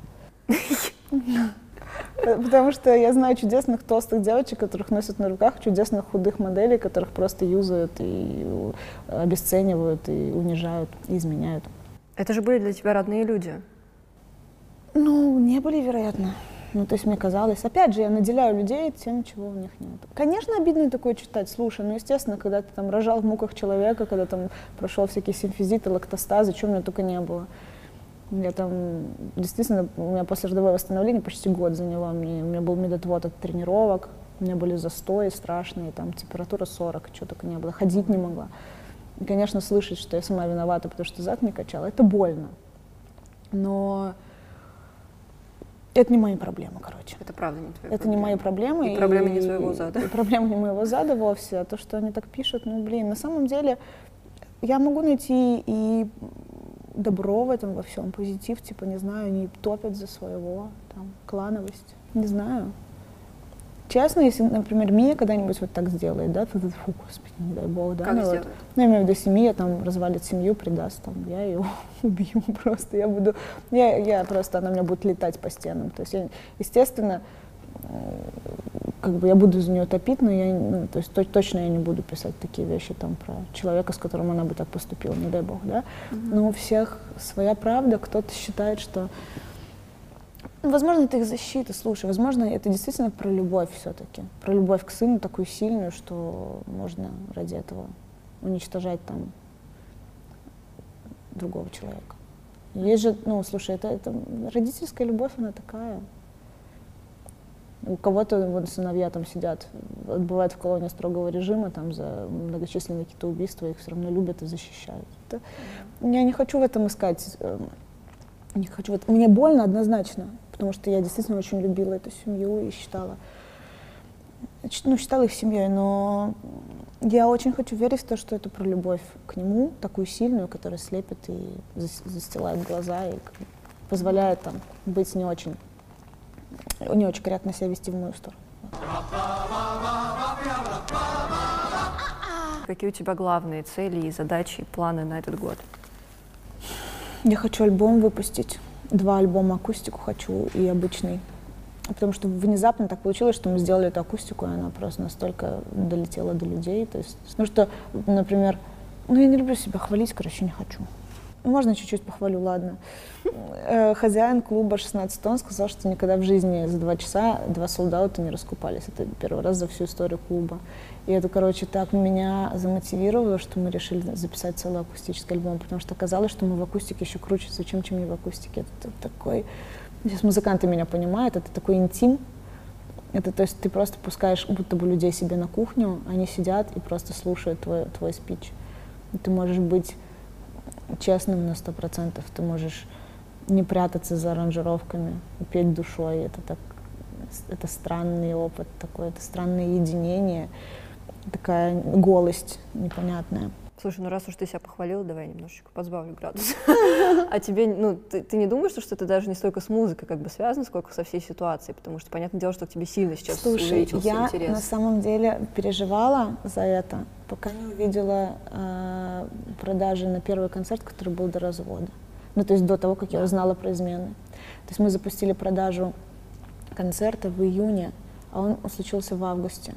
Потому что я знаю чудесных толстых девочек, которых носят на руках, чудесных худых моделей, которых просто юзают и обесценивают, и унижают, и изменяют. Это же были для тебя родные люди. Ну, не были, вероятно. Ну, то есть мне казалось, опять же, я наделяю людей тем, чего у них нет. Конечно, обидно такое читать, слушай, ну, естественно, когда ты там рожал в муках человека, когда там прошел всякие симфизиты, лактостазы, чего у меня только не было. Я там, действительно, у меня послеродовое восстановление почти год заняло, мне, у меня был медотвод от тренировок, у меня были застои страшные, там температура сорок, чего только не было, ходить не могла. И, конечно, слышать, что я сама виновата, потому что зад не качала, это больно. Но... это не мои проблемы, короче. Это правда не твои Это проблемы. не мои проблемы. И, и проблемы не твоего зада. И проблемы не моего зада вовсе. А то, что они так пишут, ну, блин, на самом деле я могу найти и добро в этом во всем, позитив, типа, не знаю, они топят за своего, там, клановость, не знаю. Честно, если, например, Мия когда-нибудь вот так сделает, да, то, фу, господи, не дай бог, да. Как ну, сделает? Вот, ну, я имею в виду, если Мия там развалит семью, предаст, там, я ее убью просто, я буду, я, я просто, она у меня будет летать по стенам, то есть, я, естественно, как бы я буду за нее топить, но я, ну, то есть, то, точно я не буду писать такие вещи там про человека, с которым она бы так поступила, не дай бог, да. Mm-hmm. Но у всех своя правда, кто-то считает, что возможно, это их защита, слушай, возможно, это действительно про любовь все-таки, про любовь к сыну такую сильную, что можно ради этого уничтожать там другого человека. Есть же, ну, слушай, это, это родительская любовь, она такая. У кого-то вот сыновья там сидят, отбывают в колонии строгого режима там за многочисленные какие-то убийства, их все равно любят и защищают. Это, я не хочу в этом искать, не хочу в этом. Мне больно однозначно, потому что я действительно очень любила эту семью и считала, ну, считала их семьей, но я очень хочу верить в то, что это про любовь к нему, такую сильную, которая слепит и застилает глаза и позволяет там быть не очень, не очень корректно себя вести в мою сторону. Какие у тебя главные цели и задачи, и планы на этот год? Я хочу альбом выпустить, два альбома, акустику хочу и обычный. Потому что внезапно так получилось, что мы сделали эту акустику, и она просто настолько долетела до людей. То есть, ну что, например, ну я не люблю себя хвалить, короче, не хочу. Можно чуть-чуть похвалю, ладно. Хозяин клуба шестнадцать тонн сказал, что никогда в жизни за два часа два солдата не раскупались. Это первый раз за всю историю клуба. И это, короче, так меня замотивировало, что мы решили записать целый акустический альбом, потому что оказалось, что мы в акустике еще круче, зачем, чем не в акустике. Это такой... Здесь музыканты меня понимают, это такой интим. Это, то есть ты просто пускаешь будто бы людей себе на кухню, они сидят и просто слушают твой, твой спич. И ты можешь быть честным на сто процентов, ты можешь не прятаться за аранжировками, петь душой. Это, так, это странный опыт такой, это странное единение, такая голость непонятная. Слушай, ну раз уж ты себя похвалила, давай я немножечко подсбавлю градус. А тебе, ну, ты, ты не думаешь, что это даже не столько с музыкой как бы связано, сколько со всей ситуацией? Потому что, понятное дело, что к тебе сильно сейчас Слушай, увеличился я интерес. на самом деле переживала за это, пока не увидела э, продажи на первый концерт, который был до развода. Ну, то есть до того, как я узнала про измены. То есть мы запустили продажу концерта в июне, а он случился в августе.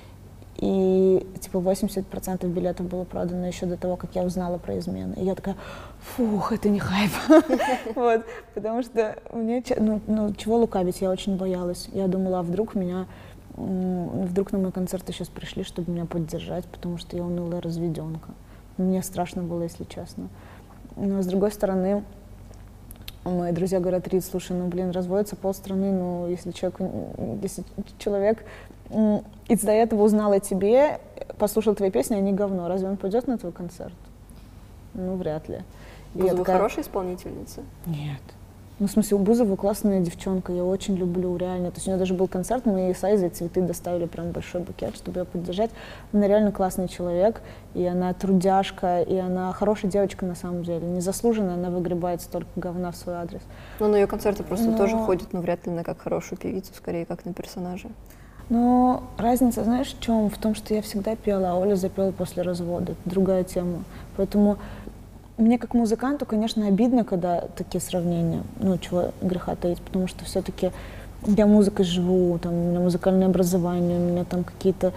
И типа восемьдесят процентов билетов было продано еще до того, как я узнала про измены. И я такая, фух, это не хайп. Вот, потому что мне, ну, ну, чего лукавить, я очень боялась. Я думала, а вдруг меня, вдруг на мой концерт сейчас пришли, чтобы меня поддержать, потому что я унылая разведенка. Мне страшно было, если честно. Но с другой стороны, мои друзья говорят, Рит, слушай, ну, блин, разводится полстраны, ну, если человек, если человек из-за этого узнал о тебе, послушал твои песни, они говно. Разве он пойдет на твой концерт? Ну, вряд ли. Бузова такая... хорошая исполнительница? Нет. Ну, в смысле, у Бузовой классная девчонка, я очень люблю, реально. То есть у нее даже был концерт, мы ей с Айзой цветы доставили, прям большой букет, чтобы ее поддержать. Она реально классный человек, и она трудяжка, и она хорошая девочка на самом деле. Незаслуженно она выгребает столько говна в свой адрес. Но на ее концерты просто Но... тоже ходят, но вряд ли на как хорошую певицу, скорее как на персонажа. Но разница, знаешь, в чем? В том, что я всегда пела, а Оля запела после развода. Это другая тема. Поэтому мне как музыканту, конечно, обидно, когда такие сравнения, ну, чего греха таить, потому что все-таки я музыкой живу, там, у меня музыкальное образование, у меня там какие-то,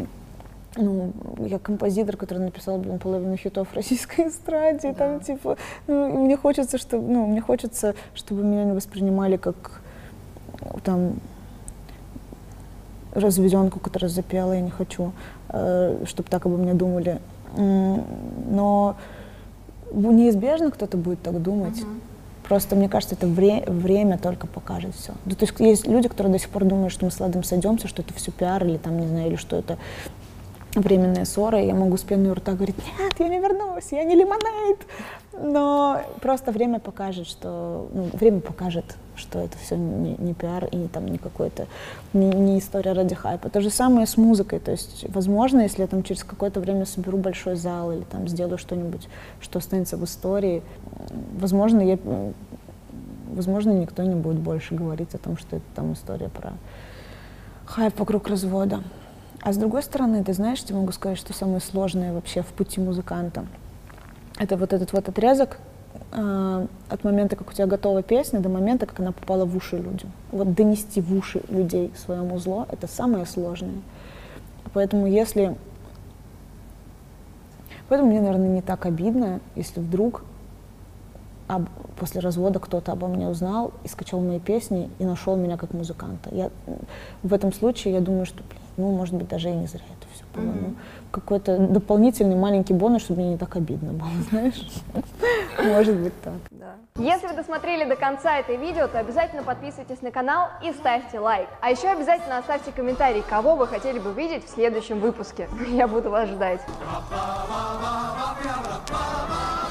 ну, я композитор, который написал, блин, половину хитов в российской эстраде, да. Там, типа, ну, мне хочется, чтобы, ну, мне хочется, чтобы меня не воспринимали как, там, разведенку, которая запела, я не хочу, э, чтобы так обо мне думали. Но неизбежно кто-то будет так думать. Uh-huh. Просто, мне кажется, это вре- время только покажет все. Да, то есть есть люди, которые до сих пор думают, что мы с Ладом сойдемся, что это все пиар, или там, не знаю, или что это временная ссора, и я могу с пеной у рта говорить, нет, я не вернусь, я не лимонад. Но просто время покажет, что, ну, время покажет, что это все не, не пиар и там не какой-то, не, не история ради хайпа. То же самое с музыкой, то есть, возможно, если я там через какое-то время соберу большой зал или там сделаю что-нибудь, что останется в истории, возможно, я, возможно, никто не будет больше говорить о том, что это там история про хайп вокруг развода. А с другой стороны, ты знаешь, я могу сказать, что самое сложное вообще в пути музыканта — это вот этот вот отрезок э, от момента, как у тебя готова песня, до момента, как она попала в уши людям. Вот донести в уши людей свое музло — это самое сложное. Поэтому если... Поэтому мне, наверное, не так обидно, если вдруг об... после развода кто-то обо мне узнал и скачал мои песни и нашел меня как музыканта. Я... В этом случае я думаю, что, блин, ну, может быть, даже и не зря это все было. Mm-hmm. Ну, какой-то дополнительный маленький бонус, чтобы мне не так обидно было, знаешь? Может быть так. Да. Если вы досмотрели до конца это видео, то обязательно подписывайтесь на канал и ставьте лайк. А еще обязательно оставьте комментарий, кого вы хотели бы видеть в следующем выпуске. Я буду вас ждать.